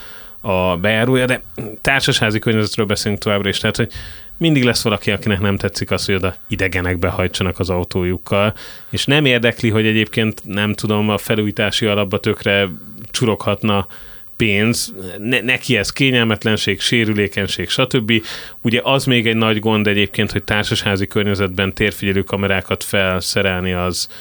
a bejárója, de társasházi környezetről beszélünk továbbra is, tehát hogy mindig lesz valaki, akinek nem tetszik az, hogy oda idegenek behajtsanak az autójukkal, és nem érdekli, hogy egyébként nem tudom, a felújítási alapba tökre csuroghatna pénz, neki ez kényelmetlenség, sérülékenység, stb. Ugye az még egy nagy gond egyébként, hogy társasházi környezetben térfigyelő kamerákat felszerelni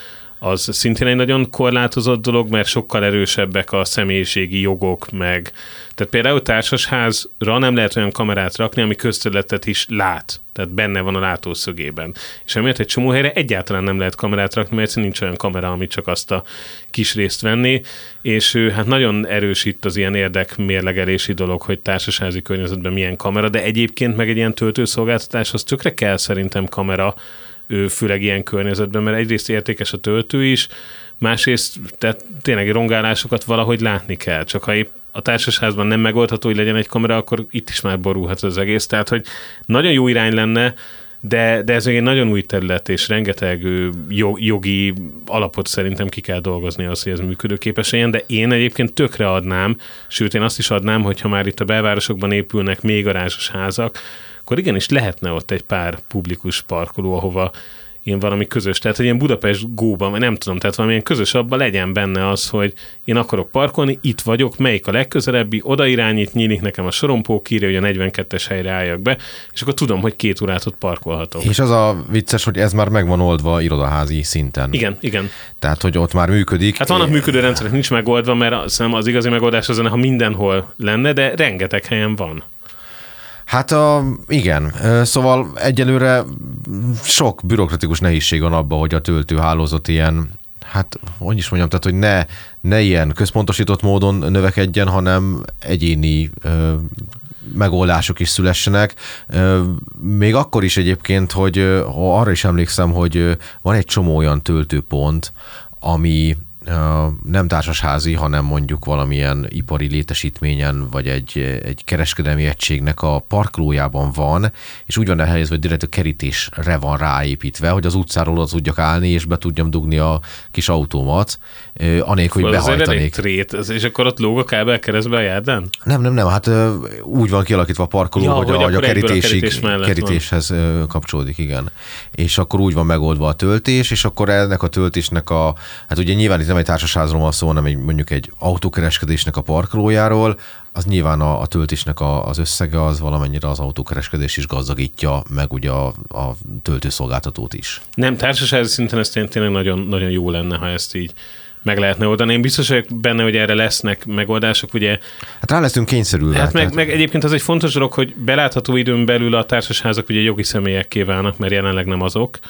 az szintén egy nagyon korlátozott dolog, mert sokkal erősebbek a személyiségi jogok meg. Tehát például társasházra nem lehet olyan kamerát rakni, ami közterületet is lát. Tehát benne van a látószögében. És emiatt egy csomó helyre egyáltalán nem lehet kamerát rakni, mert egyszerűen nincs olyan kamera, ami csak azt a kis részt venni. És hát nagyon erős itt az ilyen érdekmérlegelési dolog, hogy társasházi környezetben milyen kamera, de egyébként meg egy ilyen töltőszolgáltatáshoz tökre kell szerintem kamera, főleg ilyen környezetben, mert egyrészt értékes a töltő is, másrészt tehát tényleg rongálásokat valahogy látni kell. Csak ha épp a társasházban nem megoldható, hogy legyen egy kamera, akkor itt is már borulhat az egész. Tehát, hogy nagyon jó irány lenne, de ez még egy nagyon új terület, és rengeteg jogi alapot szerintem ki kell dolgozni az, hogy ez működőképes legyen, de én egyébként tökre adnám, sőt én azt is adnám, hogyha már itt a belvárosokban épülnek még garázsos házak, akkor igenis lehetne ott egy pár publikus parkoló, ahova ilyen valami közös, tehát egy ilyen Budapest Go-ban, vagy nem tudom, tehát valamilyen közös abban legyen benne az, hogy én akarok parkolni, itt vagyok, melyik a legközelebbi, oda irányít, nyílik nekem a sorompó, írja, hogy a 42-es helyre álljak be, és akkor tudom, hogy 2 órát ott parkolhatok. És az a vicces, hogy ez már megvan oldva irodaházi szinten. Igen. Tehát, hogy ott már működik. Hát vannak működő rendszerek, nincs megoldva, mert az igazi megoldás az, ha mindenhol lenne, de rengeteg helyen van. Hát igen, szóval egyelőre sok bürokratikus nehézség van abban, hogy a töltőhálózat ilyen, hát hogy is mondjam, tehát hogy ne ilyen központosított módon növekedjen, hanem egyéni megoldások is szülessenek. Még akkor is egyébként, hogy arra is emlékszem, hogy van egy csomó olyan töltőpont, ami nem társasházi, hanem mondjuk valamilyen ipari létesítményen, vagy egy kereskedelmi egységnek a parkolójában van, és úgy van elhelyezve, hogy direkt a kerítésre van ráépítve, hogy az utcáról az tudjak állni, és be tudjam dugni a kis autómat, anélkül, hogy behajtanék. Trét, és akkor ott lóg a kábel keresztbe a járdán? Nem, hát úgy van kialakítva a parkoló, hogy a kerítéshez kapcsolódik, igen. És akkor úgy van megoldva a töltés, és akkor ennek a töltésnek hát ugye nyilván itt nem egy társasházról van szó, hanem mondjuk egy autókereskedésnek a parkolójáról, az nyilván a töltésnek az összege az valamennyire az autókereskedés is gazdagítja, meg ugye a töltőszolgáltatót is. Nem, társasházi szinten ez tényleg nagyon, nagyon jó lenne, ha ezt így meg lehetne oldani. Én biztos vagyok benne, hogy erre lesznek megoldások, ugye. Hát rá leszünk kényszerülve. Hát meg egyébként az egy fontos dolog, hogy belátható időn belül a társasházak ugye jogi személyekké válnak, mert jelenleg nem azok.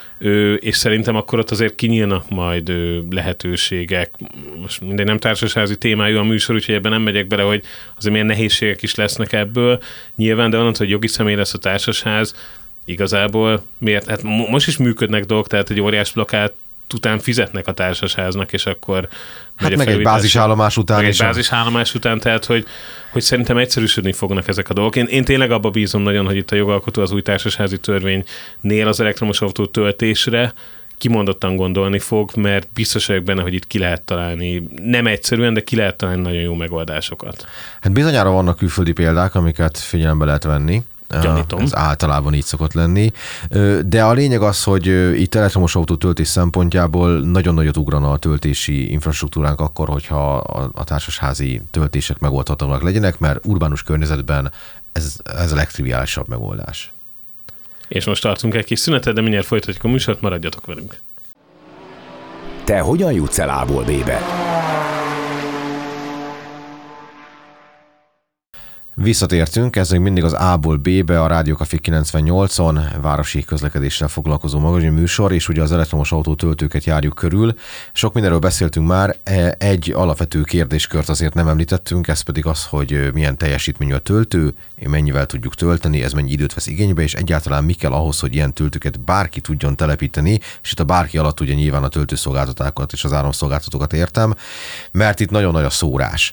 És szerintem akkor ott azért kinyílnak majd lehetőségek. Most mindegy, nem társasházi témájú a műsor, úgyhogy ebben nem megyek bele, hogy azért milyen nehézségek is lesznek ebből. Nyilván, de onnantól, hogy jogi személy lesz a társasház, igazából miért? Hát most is működnek dolgok, tehát egy óriás plakát után fizetnek a társasháznak, és akkor hát meg egy bázisállomás után. Meg egy bázisállomás után, tehát hogy szerintem egyszerűsödni fognak ezek a dolgok. Én tényleg abba bízom nagyon, hogy itt a jogalkotó az új társasházi törvénynél az elektromos autó töltésre kimondottan gondolni fog, mert biztos vagyok benne, hogy itt ki lehet találni, nem egyszerűen, de ki lehet találni nagyon jó megoldásokat. Hát bizonyára vannak külföldi példák, amiket figyelembe lehet venni. Gyanítom. Ez általában így szokott lenni. De a lényeg az, hogy itt elektromos autó töltés szempontjából nagyon nagyot ugrana a töltési infrastruktúránk akkor, hogyha a társasházi töltések megoldhatóak legyenek, mert urbánus környezetben ez a legtriviálisabb megoldás. És most tartunk egy kis szünetet, de mindjárt folytatjuk a műsort, maradjatok velünk. Te hogyan jutsz el A-ból B-be? Visszatértünk, ez még mindig az A-ból B-be, a Rádió Café 98-on, városi közlekedéssel foglalkozó magazin műsor, és ugye az elektromos autótöltőket járjuk körül. Sok mindenről beszéltünk már, egy alapvető kérdéskört azért nem említettünk, ez pedig az, hogy milyen teljesítményű a töltő, mennyivel tudjuk tölteni, ez mennyi időt vesz igénybe, és egyáltalán mi kell ahhoz, hogy ilyen töltőket bárki tudjon telepíteni, és itt a bárki alatt ugye nyilván a töltőszolgáltatókat és az áramszolgáltatókat értem, mert itt nagyon nagy a szórás.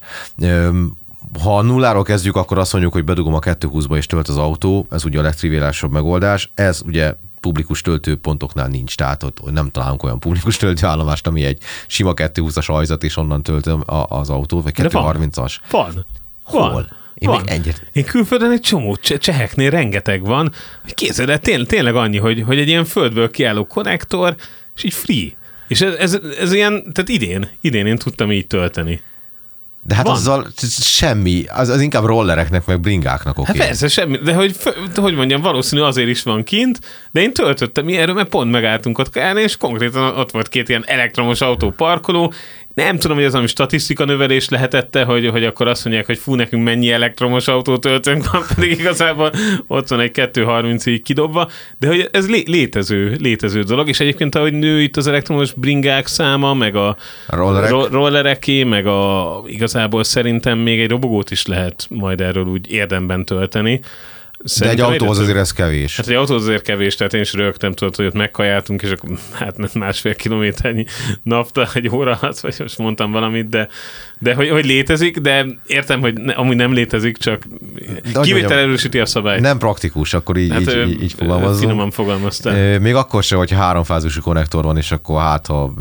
Ha a nulláról kezdjük, akkor azt mondjuk, hogy bedugom a 220-ba és tölt az autó, ez ugye a legtriviálisabb megoldás, ez ugye publikus töltőpontoknál nincs, tehát ott nem találunk olyan publikus töltőállomást, ami egy sima 220-as ajzat, és onnan töltöm az autót, vagy 230-as. Van. Hol? Én külföldön egy csomó cseheknél rengeteg van. Képzeld el, tényleg annyi, hogy egy ilyen földből kiálló konnektor, és így free. És ez ilyen, tehát idén én tudtam így tölteni. De hát azzal semmi, az inkább rollereknek, meg bringáknak oké. Hát persze, semmi, de hogy mondjam, valószínű azért is van kint, de én töltöttem erről, mert pont megálltunk ott kárni, és konkrétan ott volt 2 ilyen elektromos autó parkoló. Nem tudom, hogy ez valami statisztika növelés lehetette, hogy akkor azt mondják, hogy fú, nekünk mennyi elektromos autótöltőnk van, pedig igazából ott van egy 230-ig kidobva, de hogy ez létező dolog, és egyébként ahogy nő itt az elektromos bringák száma, meg a rollereké, meg igazából szerintem még egy robogót is lehet majd erről úgy érdemben tölteni. Szerintem de egy autóhoz azért ez kevés. Hát egy autóhoz azért kevés, tehát én is rögtem, tudod, hogy ott megkajáltunk, és akkor hát 1,5 kilométernyi nafta egy óra alatt, vagy most mondtam valamit, de hogy létezik, de értem, hogy amúgy nem létezik, csak kivétel erősíti a szabályt. Nem praktikus, akkor így fogalmazom. Finoman fogalmaztál. Még akkor se, hogy 3-fázusú konnektor van, és akkor hát, ha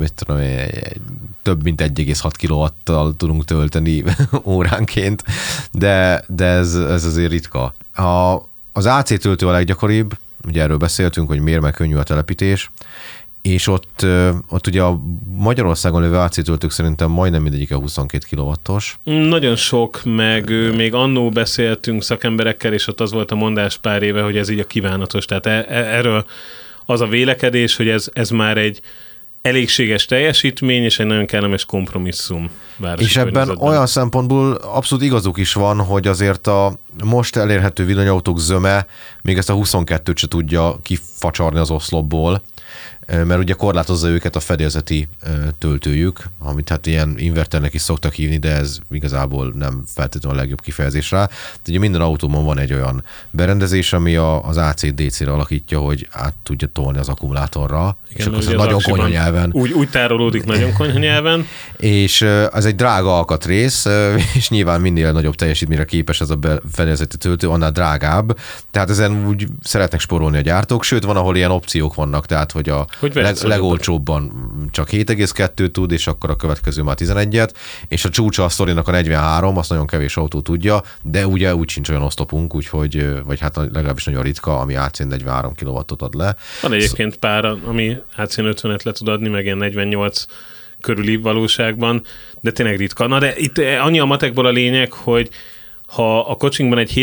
több mint 1,6 kW-tal tudunk tölteni óránként, de ez azért ritka. Az AC töltő a leggyakoribb, ugye erről beszéltünk, hogy miért meg könnyű a telepítés, és ott ugye a Magyarországon lévő AC töltők szerintem majdnem mindegyik a 22 kW-os. Nagyon sok, meg még annó beszéltünk szakemberekkel, és ott az volt a mondás pár éve, hogy ez így a kívánatos. Tehát erről az a vélekedés, hogy ez már egy elégséges teljesítmény, és egy nagyon kellemes kompromisszum. És ebben olyan szempontból abszolút igazuk is van, hogy azért a most elérhető villanyautók zöme még ezt a 22-t se tudja kifacsarni az oszlopból, mert ugye korlátozza őket a fedélzeti töltőjük, amit hát ilyen inverternek is szoktak hívni, de ez igazából nem feltétlenül a legjobb kifejezés rá. Ugye minden autóban van egy olyan berendezés, ami az AC-DC-re alakítja, hogy át tudja tolni az akkumulátorra. Igen, és akkor nagyon konyha nyelven. Úgy tárolódik nagyon konyha nyelven. És ez egy drága alkatrész, és nyilván minél nagyobb teljesítményre képes ez a fedélzeti töltő, annál drágább. Tehát ezen úgy szeretnek spórolni a gyártók, sőt van, ahol ilyen opciók vannak, tehát hogy a legolcsóbban csak 7,2 tud, és akkor a következő már 11-et, és a csúcsa a sztorinak a 43, azt nagyon kevés autó tudja, de ugye úgy sincs olyan oszlopunk, úgyhogy, vagy hát legalábbis nagyon ritka, ami AC-n 43 kW-ot ad le. Van egyébként pár, ami AC-n 50-et le tud adni, meg ilyen 48 körüli valóságban, de tényleg ritka. Na de itt annyi a matekból a lényeg, hogy ha a kocsinkban egy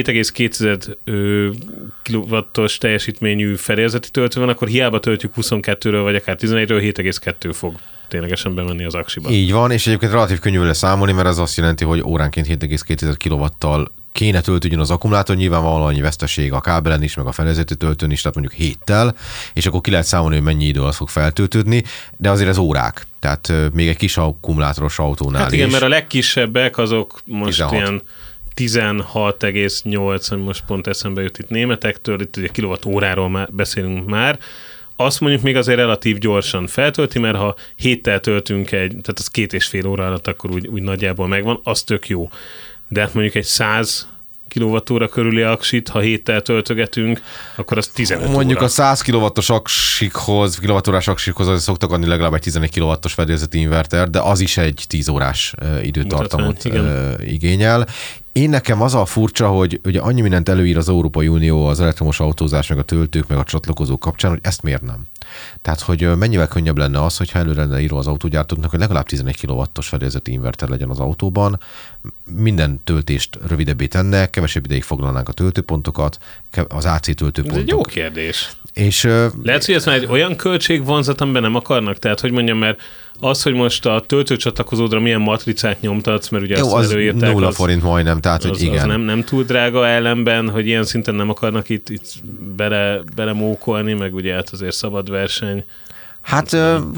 7,2 kW-os teljesítményű fedélzeti töltő van, akkor hiába töltjük 22-ről, vagy akár 11-ről, 7,2 fog ténylegesen bemenni az aksiba. Így van, és egyébként relatív könnyű vele számolni, mert ez azt jelenti, hogy óránként 7,2 kW-tal kéne töltődjön az akkumulátor, nyilván van valami veszteség a kábelen is, meg a fedélzeti töltőn is, tehát mondjuk 7-tel, és akkor ki lehet számolni, hogy mennyi idő az fog feltöltődni, de azért ez órák. Tehát még egy kis akkumulátoros autónál hát igen, is. mert a legkisebbek azok most 16. ilyen 16,8, hogy most pont eszembe jut itt németektől, itt ugye kilovattóráról beszélünk már, azt mondjuk még azért relatív gyorsan feltölti, mert ha 7-tel töltünk tehát az 2,5 óra alatt akkor úgy nagyjából megvan, az tök jó. De hát mondjuk egy 100 kWh körüli aksit, ha 7-tel töltögetünk, akkor az 15 mondjuk óra. A 100 kW-os kilowatórás aksikhoz azért szoktak adni legalább egy 11 kW-os fedélzeti inverter, de az is egy 10 órás időtartamot igényel. Én nekem az a furcsa, hogy ugye annyi mindent előír az Európai Unió az elektromos autózás, meg a töltők, meg a csatlakozók kapcsán, hogy ezt miért nem? Tehát, hogy mennyivel könnyebb lenne az, hogyha előre lenne írva az autógyártóknak, hogy legalább 11 kW-os fedélzeti inverter legyen az autóban, minden töltést rövidebbé tenne, kevesebb ideig foglalnánk a töltőpontokat, az AC töltőpontok. Ez egy jó kérdés. És, lehet, hogy ez már egy olyan költségvonzat, amiben nem akarnak? Tehát, hogy mondjam, mert az, hogy most a töltőcsatlakozódra milyen matricát nyomtatsz, mert ugye jó, azt az előírták, 0 forint majdnem, tehát hogy igen. Az nem túl drága ellenben, hogy ilyen szinten nem akarnak itt belemókolni, meg ugye hát azért szabad verseny. Hát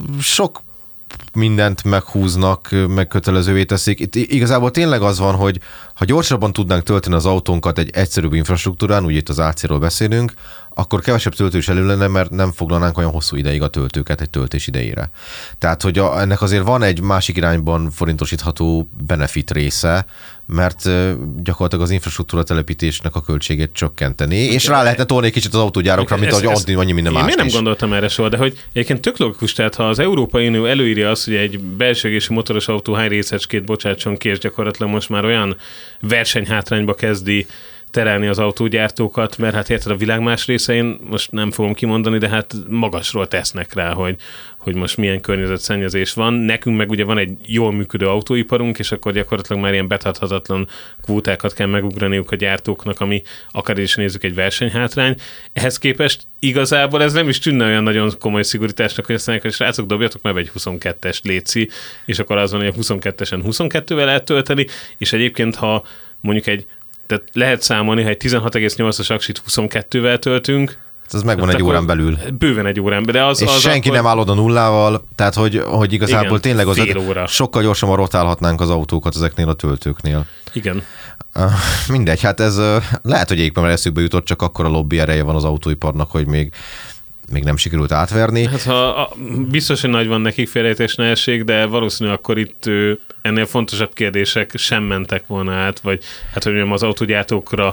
sok mindent meghúznak, meg kötelezővé teszik. Itt igazából tényleg az van, hogy ha gyorsabban tudnánk tölteni az autónkat egy egyszerűbb infrastruktúrán, ugye itt az AC-ról beszélünk, akkor kevesebb töltő is elő lenne, mert nem foglalnánk olyan hosszú ideig a töltőket egy töltés idejére. Tehát, hogy ennek azért van egy másik irányban forintosítható benefit része, mert gyakorlatilag az infrastruktúra telepítésnek a költségét csökkenteni, és rá lehetne tolni egy kicsit az autógyárokra, mint ahogy adni annyi minden más. Én nem gondoltam erre soha, de hogy egyébként tök logikus, tehát ha az Európai Unió előírja azt, hogy egy belső égésű motoros autó hány részecskét bocsátson ki, és gyakorlatilag most már olyan versenyhátrányba kezdi terelni az autógyártókat, mert hát érted, a világ más részein, most nem fogom kimondani, de hát magasról tesznek rá, hogy most milyen környezetszennyezés van. Nekünk meg ugye van egy jól működő autóiparunk, és akkor gyakorlatilag már ilyen betarthatatlan kvótákat kell megugraniuk a gyártóknak, ami akár is nézzük egy versenyhátrány. Ehhez képest igazából ez nem is tűnne olyan nagyon komoly szigorításnak, hogy azt mondják, hogy srácok, dobjatok meg egy 22-es léci, és akkor az van, hogy a 22-esen 22-vel lehet tölteni, és egyébként, ha mondjuk tehát lehet számolni, ha egy 16,8-as aksit 22-vel töltünk. Ez megvan egy órán belül. Bőven egy órán belül. És az senki akkor... nem áll oda nullával, tehát hogy igazából igen, tényleg sokkal gyorsabban rotálhatnánk az autókat ezeknél a töltőknél. Igen. Mindegy, hát ez lehet, hogy egyébként már eszükbe jutott, csak akkor a lobby ereje van az autóiparnak, hogy még nem sikerült átverni. Hát biztos, hogy nagy van nekik félrejtés nehézség, de valószínű akkor itt ennél fontosabb kérdések sem mentek volna át, vagy hát hogy az autógyártókra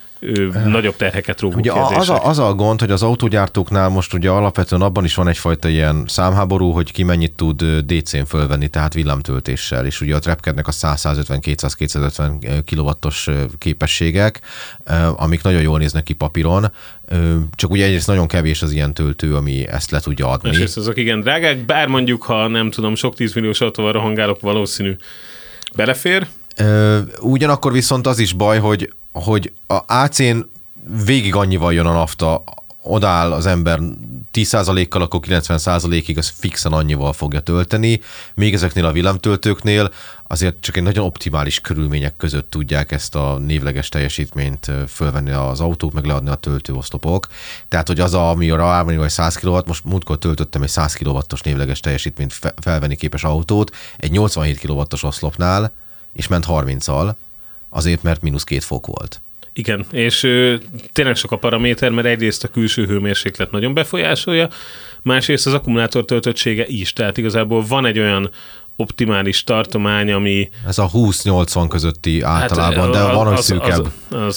nagyobb terheket róvó ugye kérdések. Az a gond, hogy az autógyártóknál most ugye alapvetően abban is van egyfajta ilyen számháború, hogy ki mennyit tud DC-n fölvenni, tehát villámtöltéssel, és ugye ott repkednek a 100-150-200-250 kilowattos képességek, amik nagyon jól néznek ki papíron, csak ugye egyrészt nagyon kevés az ilyen töltő, ami ezt le tudja adni. És azok igen drágák, bár mondjuk, ha nem tudom, sok 10 milliós autóval rohangálok, valószínű belefér. Ugyanakkor viszont az is baj, hogy a AC-n végig annyival jön a nafta, odaáll az ember 10%-kal, akkor 90%-ig az fixen annyival fogja tölteni, még ezeknél a villámtöltőknél azért csak egy nagyon optimális körülmények között tudják ezt a névleges teljesítményt fölvenni az autók, meg leadni a töltőoszlopok. Tehát, hogy az, ami ráállni, vagy 100 kW, most múltkor töltöttem egy 100 kW-os névleges teljesítményt felvenni képes autót, egy 87 kW-os oszlopnál, és ment 30-al, azért, mert -2 fok volt. Igen, és tényleg sok a paraméter, mert egyrészt a külső hőmérséklet nagyon befolyásolja, másrészt az akkumulátor töltöttsége is, tehát igazából van egy olyan optimális tartomány, ami... Ez a 20-80 közötti általában, de van, hogy szűkebb.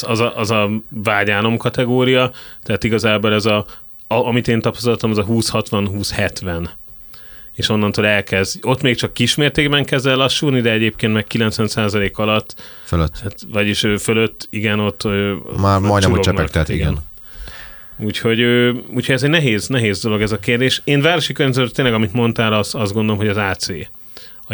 Az a vágyálom kategória, tehát igazából ez amit én tapasztaltam, az a 20-60-20-70. És onnantól elkezd. Ott még csak kismértékben kezd el lassulni, de egyébként meg 90% alatt. Fölött. Hát, vagyis fölött, igen, ott már majdnem, hogy csepegtet, igen. Úgyhogy ez egy nehéz dolog ez a kérdés. Én városi környezetben tényleg, amit mondtál, azt gondolom, hogy az AC a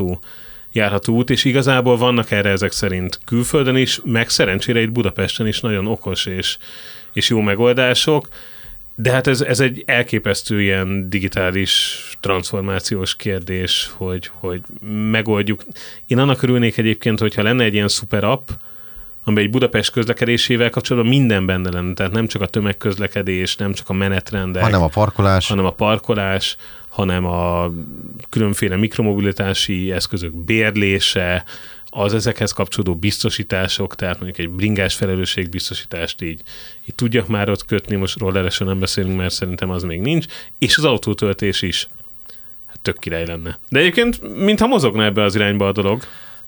járható út, és igazából vannak erre ezek szerint külföldön is, meg szerencsére itt Budapesten is nagyon okos és jó megoldások. De hát ez egy elképesztő ilyen digitális transformációs kérdés, hogy megoldjuk. Én annak örülnék egyébként, hogyha lenne egy ilyen szuper app, ami egy Budapest közlekedésével kapcsolatban minden benne lenne. Tehát nem csak a tömegközlekedés, nem csak a menetrendek. Hanem a parkolás, hanem a különféle mikromobilitási eszközök bérlése, az ezekhez kapcsolódó biztosítások, tehát mondjuk egy bringás felelősségbiztosítást így tudjak már ott kötni, most rolleresről nem beszélünk, mert szerintem az még nincs, és az autótöltés is. Hát tök király lenne. De egyébként mintha mozogna ebbe az irányba a dolog.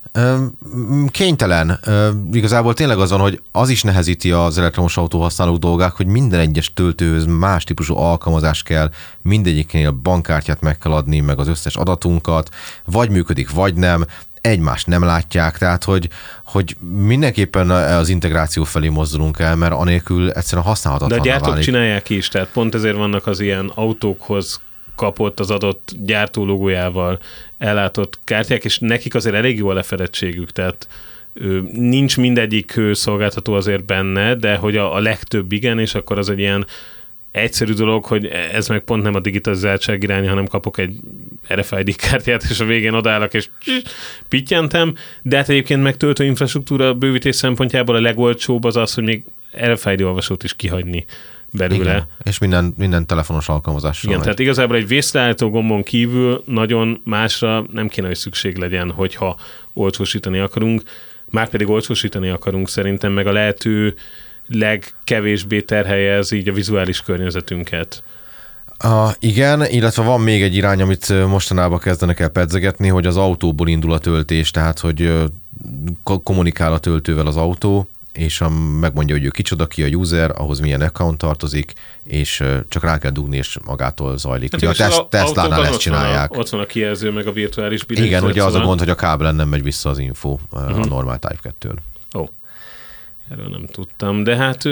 Kénytelen. Igazából tényleg az van, hogy az is nehezíti az elektromos autóhasználók dolgák, hogy minden egyes töltőhöz más típusú alkalmazás kell, mindegyiknél bankkártyát meg kell adni, meg az összes adatunkat, vagy működik, vagy nem, egymást nem látják, tehát hogy mindenképpen az integráció felé mozdulunk el, mert anélkül egyszerűen használhatatlan. De a gyártók csinálják is, tehát pont ezért vannak az ilyen autókhoz kapott az adott gyártó logójával ellátott kártyák, és nekik azért elég jó a lefedettségük, tehát nincs mindegyik szolgáltató azért benne, de hogy a legtöbb igen, és akkor az egy ilyen egyszerű dolog, hogy ez meg pont nem a digitalizáltság iránya, hanem kapok egy RFID kártyát, és a végén odállok, és pittyentem, de hát egyébként meg töltőinfrastruktúra bővítés szempontjából a legolcsóbb az, hogy még RFID olvasót is kihagyni belőle. Igen. És minden telefonos alkalmazással. Igen, tehát igazából egy vészleállító gombon kívül nagyon másra nem kéne, hogy szükség legyen, hogyha olcsósítani akarunk. Márpedig olcsósítani akarunk szerintem, meg a lehető legkevésbé terhelje ez így a vizuális környezetünket. Igen, illetve van még egy irány, amit mostanában kezdenek el pedzegetni, hogy az autóból indul a töltés, tehát hogy kommunikál a töltővel az autó, és megmondja, hogy ő kicsoda, ki a user, ahhoz milyen account tartozik, és csak rá kell dugni, és magától zajlik. Hát ugye a Tesla-nál ezt csinálják. Ott van a kijelző, meg a virtuális billentyűzet. Igen, ugye az a gond, hogy a kábelen nem megy vissza az info a normál Type 2-n. Erről nem tudtam, de hát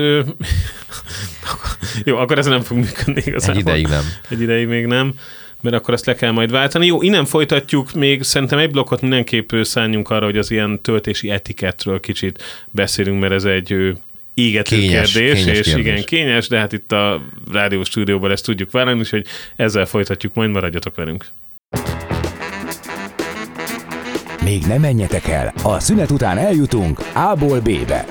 jó, akkor ez nem fog működni igazából. Egy ideig nem. Egy ideig még nem, mert akkor azt le kell majd váltani. Jó, innen folytatjuk, még szerintem egy blokkot mindenképp szálljunk arra, hogy az ilyen töltési etikettről kicsit beszélünk, mert ez egy égető kérdés, és kérdés. Igen, kényes, de hát itt a rádió stúdióban ezt tudjuk vállalni, és hogy ezzel folytatjuk, majd maradjatok velünk. Még ne menjetek el, a szünet után eljutunk A-ból B-be.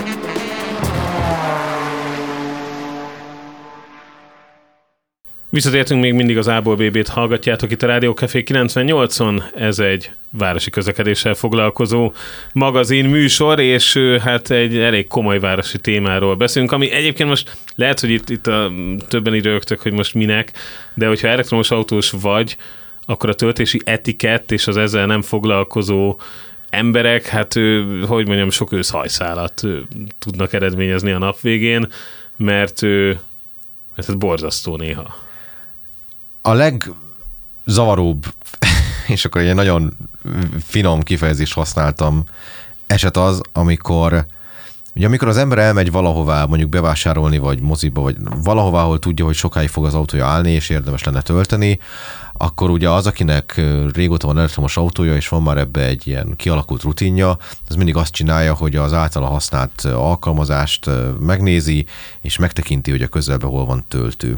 Visszatértünk, még mindig az A-ból B-t hallgatjátok itt a Rádió Café 98-on. Ez egy városi közlekedéssel foglalkozó magazin műsor, és hát egy elég komoly városi témáról beszélünk, ami egyébként most lehet, hogy itt többen így rögtök, hogy most minek, de hogyha elektromos autós vagy, akkor a töltési etikett és az ezzel nem foglalkozó emberek, hát hogy mondjam, sok őszhajszálat tudnak eredményezni a nap végén, mert ez borzasztó néha. A legzavaróbb, és akkor egy nagyon finom kifejezést használtam, eset az, amikor az ember elmegy valahová, mondjuk bevásárolni, vagy moziba, vagy valahová, ahol tudja, hogy sokáig fog az autója állni, és érdemes lenne tölteni, akkor ugye az, akinek régóta van elektromos autója, és van már ebbe egy ilyen kialakult rutinja, az mindig azt csinálja, hogy az általa használt alkalmazást megnézi, és megtekinti, hogy a közelben hol van töltő.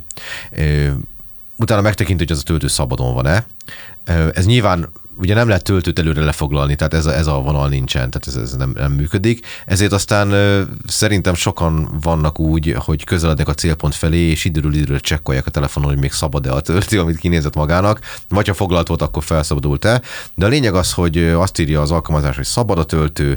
Utána megtekinti, hogy az a töltő szabadon van-e. Ez nyilván ugye nem lehet töltőt előre lefoglalni, tehát ez a vonal nincsen, tehát ez nem működik. Ezért aztán szerintem sokan vannak úgy, hogy közelednek a célpont felé, és időről időre csekkolják a telefonon, hogy még szabad-e a töltő, amit kinézett magának, vagy ha foglalt volt, akkor felszabadult-e. De a lényeg az, hogy azt írja az alkalmazás, hogy szabad a töltő,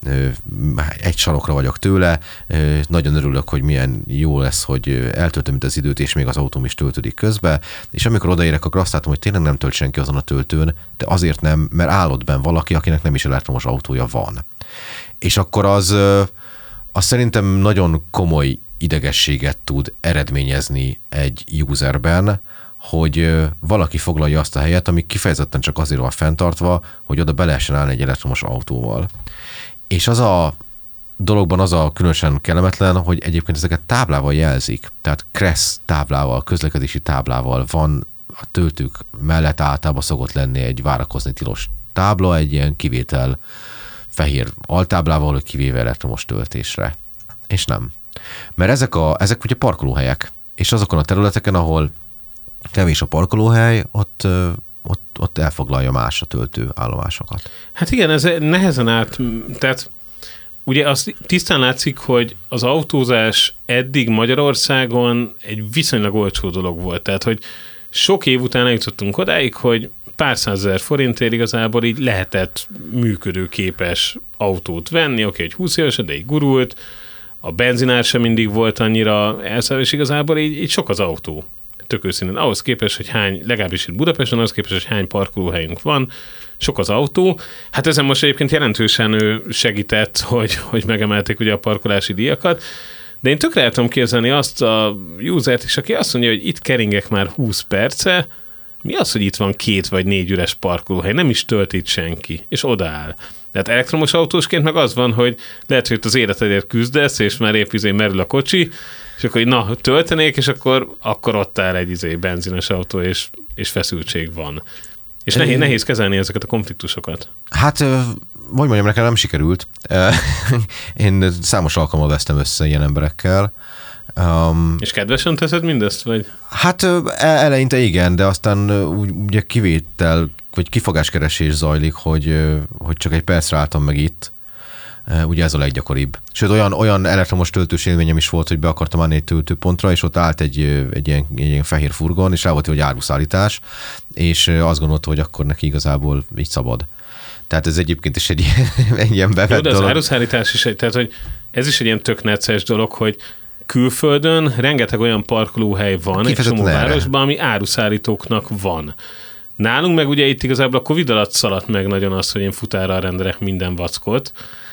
egy sarokra vagyok tőle, nagyon örülök, hogy milyen jó lesz, hogy eltöltöm itt az időt, és még az autóm is töltődik közben, és amikor odaérek, akkor azt látom, hogy tényleg nem tölt senki azon a töltőn, de azért nem, mert állott benn valaki, akinek nem is elektromos autója van. És akkor az szerintem nagyon komoly idegességet tud eredményezni egy userben, hogy valaki foglalja azt a helyet, ami kifejezetten csak azért van fenntartva, hogy oda be lehessen állni egy elektromos autóval. És az a dologban az a különösen kellemetlen, hogy egyébként ezeket táblával jelzik, tehát KRESZ táblával, közlekedési táblával van a töltők mellett általában szokott lenni egy várakozni tilos tábla, egy ilyen kivétel fehér altáblával, hogy kivéve elektromos töltésre. És nem. Mert ezek ugye parkolóhelyek, és azokon a területeken, ahol kevés a parkolóhely, ott elfoglalja más a töltőállomásokat. Hát igen, ez nehezen tehát ugye azt tisztán látszik, hogy az autózás eddig Magyarországon egy viszonylag olcsó dolog volt. Tehát, hogy sok év után eljutottunk odáig, hogy pár százezer forintért igazából így lehetett működőképes autót venni, oké, hogy 20 éves, de így gurult, a benzinár sem mindig volt annyira elszáll, és igazából így sok az autó. Tök őszintén, ahhoz képest, hogy legalábbis itt Budapesten, ahhoz képest, hogy hány parkolóhelyünk van, sok az autó. Hát ezen most egyébként jelentősen segített, hogy megemelték ugye a parkolási díjakat, de én tökre el tudom képzelni azt a usert is, aki azt mondja, hogy itt keringek már 20 perce, mi az, hogy itt van 2 vagy 4 üres parkolóhely, nem is tölt itt senki, és odaáll. Tehát elektromos autósként meg az van, hogy lehet, hogy az életedért küzdesz, és már épp merül a kocsi, és akkor töltenék, és akkor ott áll egy benzines autó, és feszültség van. És nehéz kezelni ezeket a konfliktusokat. Hát, hogy mondjam, nekem nem sikerült. Én számos alkalommal vesztem össze ilyen emberekkel, És kedvesen teszed mindezt, vagy? Hát eleinte igen, de aztán ugye kivétel, vagy kifogáskeresés zajlik, hogy csak egy percre álltam meg itt. Ugye ez a leggyakoribb. Sőt, olyan elektromos töltős élményem is volt, hogy be akartam állni egy töltőpontra, és ott állt egy ilyen fehér furgon, és rá volt, hogy áruszállítás, és azt gondolta, hogy akkor neki igazából így szabad. Tehát ez egyébként is egy ilyen bevett dolog. Az áruszállítás is, tehát hogy ez is egy ilyen tök necces dolog, hogy külföldön rengeteg olyan parkolóhely van egy csomó városban, ami áruszállítóknak van. Nálunk meg ugye itt igazából a Covid alatt szaladt meg nagyon az, hogy én futárral rendelek minden vackot,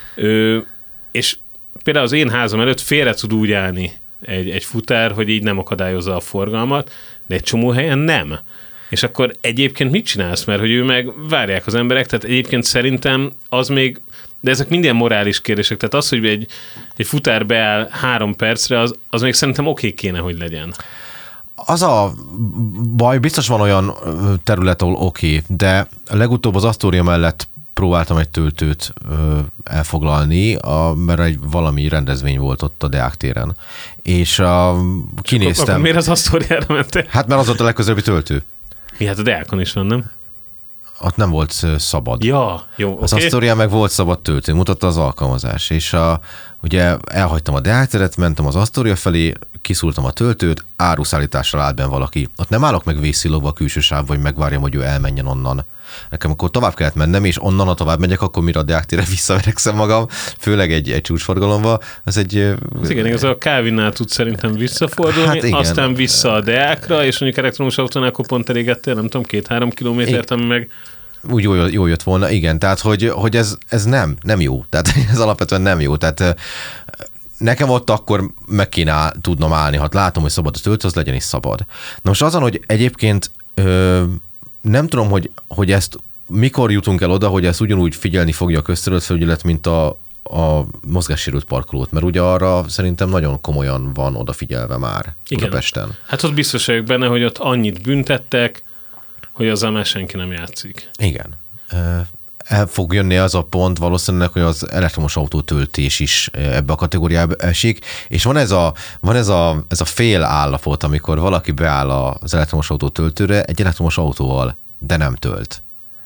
és például az én házam előtt félre tud úgy állni egy futár, hogy így nem akadályozza a forgalmat, de egy csomó helyen nem. És akkor egyébként mit csinálsz? Mert hogy ő meg várják az emberek, tehát egyébként szerintem az még, de ezek minden morális kérdések, tehát az, hogy egy futár beáll 3 percre, az még szerintem oké kéne, hogy legyen. Az a baj, biztos van olyan terület, ahol oké, de legutóbb az Astoria mellett próbáltam egy töltőt elfoglalni, mert valami rendezvény volt ott a Deák téren. És kinéztem. Akkor miért az Astoriára mentél? Hát mert az ott a legközelebbi töltő. Mi, hát a Deákon is van, nem? Ott nem volt szabad. Ja, jó, Az Astoria meg volt szabad töltő, mutatta az alkalmazás. És ugye elhagytam a Deák teret, mentem az Astoria felé, kiszúrtam a töltőt, áruszállításra állt benn valaki. Ott nem állok meg vészilogva a külső sávba, hogy megvárjam, hogy ő elmenjen onnan. Nekem akkor tovább kellett mennem, és onnan, ha tovább megyek, akkor mire a Deák térre visszaverekszem magam, főleg egy csúcsforgalomba. Az igen, igaz, a Calvinnál tudsz szerintem visszafordulni, hát aztán vissza a Deákra, és mondjuk elektromos autónál akkor pont elégettél, nem tudom, 2-3 kilométert, ami meg... Úgy jó jött volna, igen, tehát hogy ez nem jó, tehát ez alapvetően nem jó, tehát nekem ott akkor meg kéne tudnom állni, ha látom, hogy szabad a töltő, az legyen is szabad. Na most azon, hogy egyébként nem tudom, hogy ezt mikor jutunk el oda, hogy ezt ugyanúgy figyelni fogja a közterületfelügyelet, mint a mozgássérült parkolót, mert ugye arra szerintem nagyon komolyan van odafigyelve már Budapesten. Hát ott biztos vagyok benne, hogy ott annyit büntettek, hogy azzal már senki nem játszik. Igen. El fog jönni az a pont valószínűleg, hogy az elektromos autótöltés is ebbe a kategóriába esik, és van ez a fél állapot, amikor valaki beáll az elektromos autótöltőre egy elektromos autóval, de nem tölt.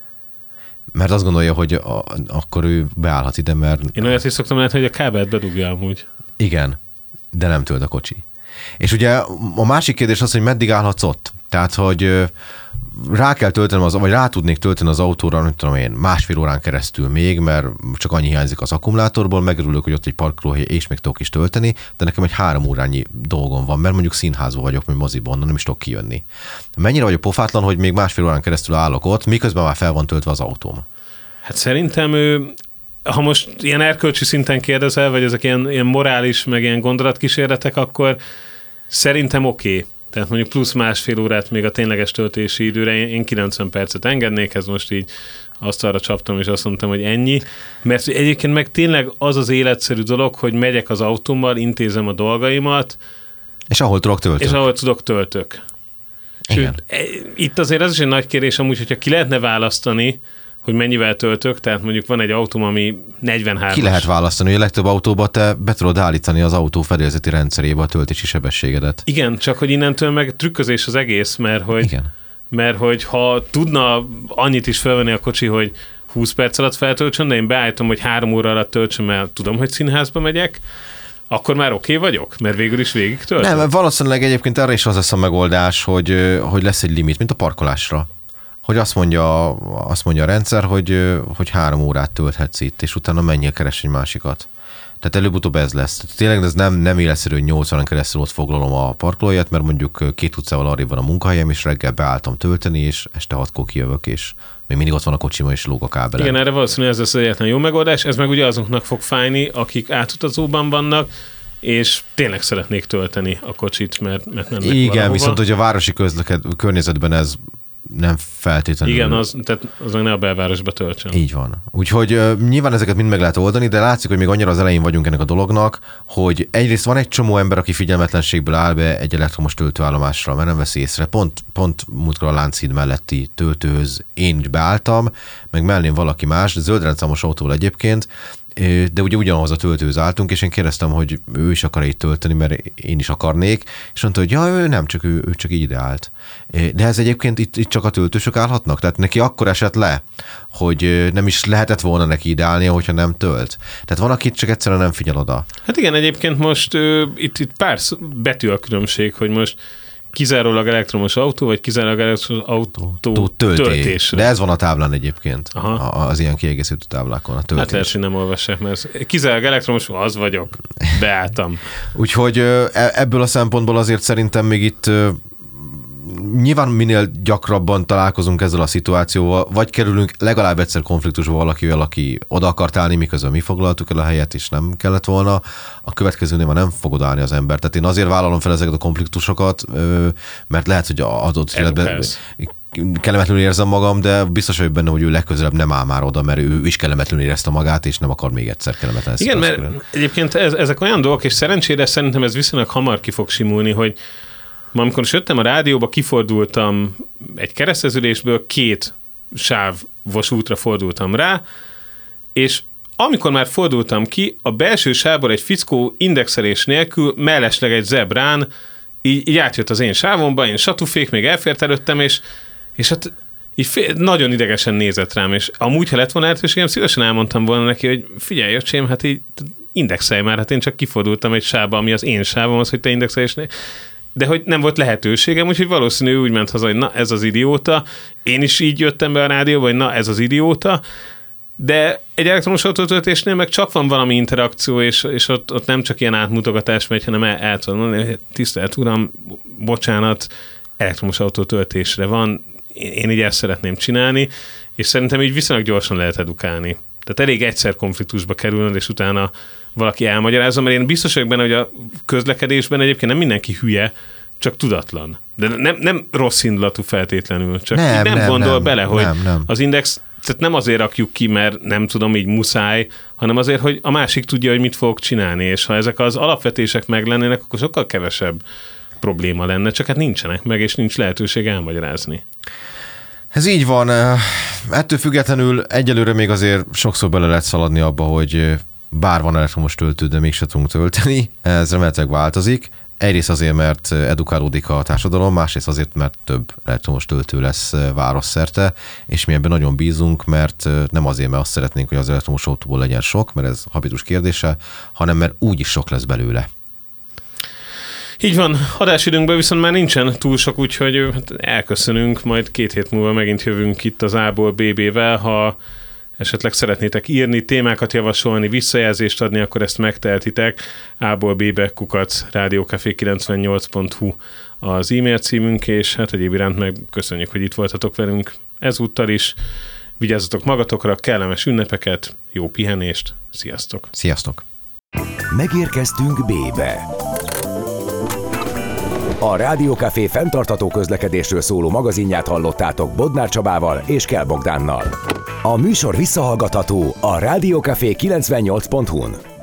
Mert azt gondolja, hogy akkor ő beállhat ide, mert... Én olyat is szoktam látni, hogy a kábelt bedugja amúgy. Igen, de nem tölt a kocsi. És ugye a másik kérdés az, hogy meddig állhatsz ott. Tehát, hogy rá kell töltenem, vagy rá tudnék tölteni az autóra, nem tudom én, 1,5 órán keresztül még, mert csak annyi hiányzik az akkumulátorból, megörülök, hogy ott egy parkolóhely, és még tudok is tölteni, de nekem egy 3 órányi dolgom van, mert mondjuk színházban vagyok, vagy moziban, onnan nem is tudok kijönni. Mennyire vagyok pofátlan, hogy még 1,5 órán keresztül állok ott, miközben már fel van töltve az autóm? Hát szerintem ha most ilyen erkölcsi szinten kérdezel, vagy ezek ilyen morális, meg ilyen gondolatkísérletek, akkor szerintem oké. Tehát mondjuk plusz 1,5 órát még a tényleges töltési időre, én 90 percet engednék, ez most így asztalra csaptam, és azt mondtam, hogy ennyi. Mert egyébként meg tényleg az az életszerű dolog, hogy megyek az autómmal, intézem a dolgaimat. És ahol tudok töltök. Sőt, itt azért ez is egy nagy kérdés amúgy, hogyha ki lehetne választani, hogy mennyivel töltök, tehát mondjuk van egy autóm, ami 43-as. Ki lehet választani, hogy a legtöbb autóba te be tudod állítani az autó fedélzeti rendszerébe a töltési sebességedet. Igen, csak hogy innentől meg trükközés az egész, mert hogy ha tudna annyit is felvenni a kocsi, hogy 20 perc alatt feltöltsön, de én beállítom, hogy 3 óra alatt töltsön, mert tudom, hogy színházba megyek, akkor már oké vagyok? Mert végül is végig töltöm? Nem, valószínűleg egyébként erre is az lesz a megoldás, hogy lesz egy limit, mint a parkolásra. Hogy azt mondja a rendszer, hogy 3 órát tölthetsz itt, és utána menjél keres egy másikat. Tehát előbb-utóbb ez lesz. Tehát tényleg ez nem életszerű, hogy 8 órán keresztül ott foglalom a parkolóját, mert mondjuk 2 utcával arrébb van a munkahelyem, és reggel beálltam tölteni, és este 6-kor kijövök, és még mindig ott van a kocsima, és lóg a kábelen. Igen, erre valószínűleg ez lesz az egyetlen jó megoldás. Ez meg ugye azoknak fog fájni, akik átutazóban vannak, és tényleg szeretnék tölteni a kocsit, mert nem igen, valahova. Viszont hogy a városi környezetben ez nem feltétlenül. Igen, tehát azon ne a belvárosba töltsön. Így van. Úgyhogy nyilván ezeket mind meg lehet oldani, de látszik, hogy még annyira az elején vagyunk ennek a dolognak, hogy egyrészt van egy csomó ember, aki figyelmetlenségből áll be egy elektromos töltőállomásra, mert nem veszi észre. Pont múltkor a Lánchíd melletti töltőhöz én beálltam, meg mellém valaki más, zöldrendszámos autóval egyébként, de ugye ugyanahoz a töltőhöz álltunk, és én kérdeztem, hogy ő is akar itt tölteni, mert én is akarnék, és mondta, hogy ja, ő nem, csak ő csak így ide állt. De ez egyébként itt csak a töltősök állhatnak? Tehát neki akkor esett le, hogy nem is lehetett volna neki ide állnia, hogyha nem tölt. Tehát van, aki csak egyszerűen nem figyel oda. Hát igen, egyébként most itt pár betű a különbség, hogy most kizárólag elektromos autó, vagy kizárólag elektromos autó töltésre. De ez van a táblán egyébként, az ilyen kiegészítő táblákon. A töltés. Hát lehet, hogy nem olvassák, mert kizárólag elektromos, az vagyok, beálltam. Úgyhogy ebből a szempontból azért szerintem még itt nyilván minél gyakrabban találkozunk ezzel a szituációval, vagy kerülünk legalább egyszer konfliktusba valakivel, aki oda akart állni, miközben mi foglaltuk el a helyet, és nem kellett volna, a következőnél már nem fog odaállni az ember. Tehát én azért vállalom fel ezeket a konfliktusokat, mert lehet, hogy adott életben kellemetlenül érzem magam, de biztos vagyok benne, hogy ő legközelebb nem áll már oda, mert ő is kellemetlenül érezte magát, és nem akar még egyszer kellemetlen. Igen, mert egyébként ezek olyan dolgok, és szerencsére szerintem ez viszonylag hamar ki fog simulni, hogy ma, amikor is jöttem a rádióba, kifordultam egy kereszteződésből, 2 sávos útra fordultam rá, és amikor már fordultam ki, a belső sávból egy fickó indexelés nélkül, mellesleg egy zebrán, így átjött az én sávomba, én satufék, még elfért előttem, és hát így nagyon idegesen nézett rám, és amúgy, ha lett volna lehetőségem, szívesen elmondtam volna neki, hogy figyelj, öcsém, hát így indexelj már, hát én csak kifordultam egy sávba, ami az én sávom, az, hogy te indexelésnél. De hogy nem volt lehetőségem, úgyhogy valószínű úgy ment haza, hogy na, ez az idióta. Én is így jöttem be a rádióba, hogy na, ez az idióta. De egy elektromos autótöltésnél meg csak van valami interakció, és ott nem csak ilyen átmutogatás megy, hanem el tudom mondani, hogy tisztelt uram, bocsánat, elektromos autótöltésre van, én így ezt szeretném csinálni, és szerintem így viszonylag gyorsan lehet edukálni. Tehát elég egyszer konfliktusba kerülnöd, és utána valaki elmagyarázza, mert én biztos vagyok benne, hogy a közlekedésben egyébként nem mindenki hülye, csak tudatlan. De nem rossz indulatú feltétlenül, csak nem gondol bele, hogy az index, tehát nem azért rakjuk ki, mert nem tudom, így muszáj, hanem azért, hogy a másik tudja, hogy mit fogok csinálni, és ha ezek az alapvetések meg lennének, akkor sokkal kevesebb probléma lenne, csak hát nincsenek meg, és nincs lehetőség elmagyarázni. Ez így van. Ettől függetlenül egyelőre még azért sokszor bele lehet szaladni abba, hogy bár van elektromos töltő, de mégse tudunk tölteni. Ez remélhetőleg változik. Egyrészt azért, mert edukálódik a társadalom, másrészt azért, mert több elektromos töltő lesz városszerte, és mi ebben nagyon bízunk, mert nem azért, mert azt szeretnénk, hogy az elektromos autóból legyen sok, mert ez habitus kérdése, hanem mert úgyis sok lesz belőle. Így van, adásidőnkben viszont már nincsen túl sok, úgyhogy elköszönünk, majd 2 hét múlva megint jövünk itt az A-ból BB-vel, ha esetleg szeretnétek írni, témákat javasolni, visszajelzést adni, akkor ezt megtehetitek. A-ból B-be @radiocafé98.hu az e-mail címünk, és hát egyéb iránt meg köszönjük, hogy itt voltatok velünk ezúttal is. Vigyázzatok magatokra, kellemes ünnepeket, jó pihenést, sziasztok! Sziasztok! Megérkeztünk B-be. A Rádiókafé fenntartható közlekedésről szóló magazinját hallottátok Bodnár Csabával és Kell Bogdánnal. A műsor visszahallgatható a Rádiókafé 98.hu-n.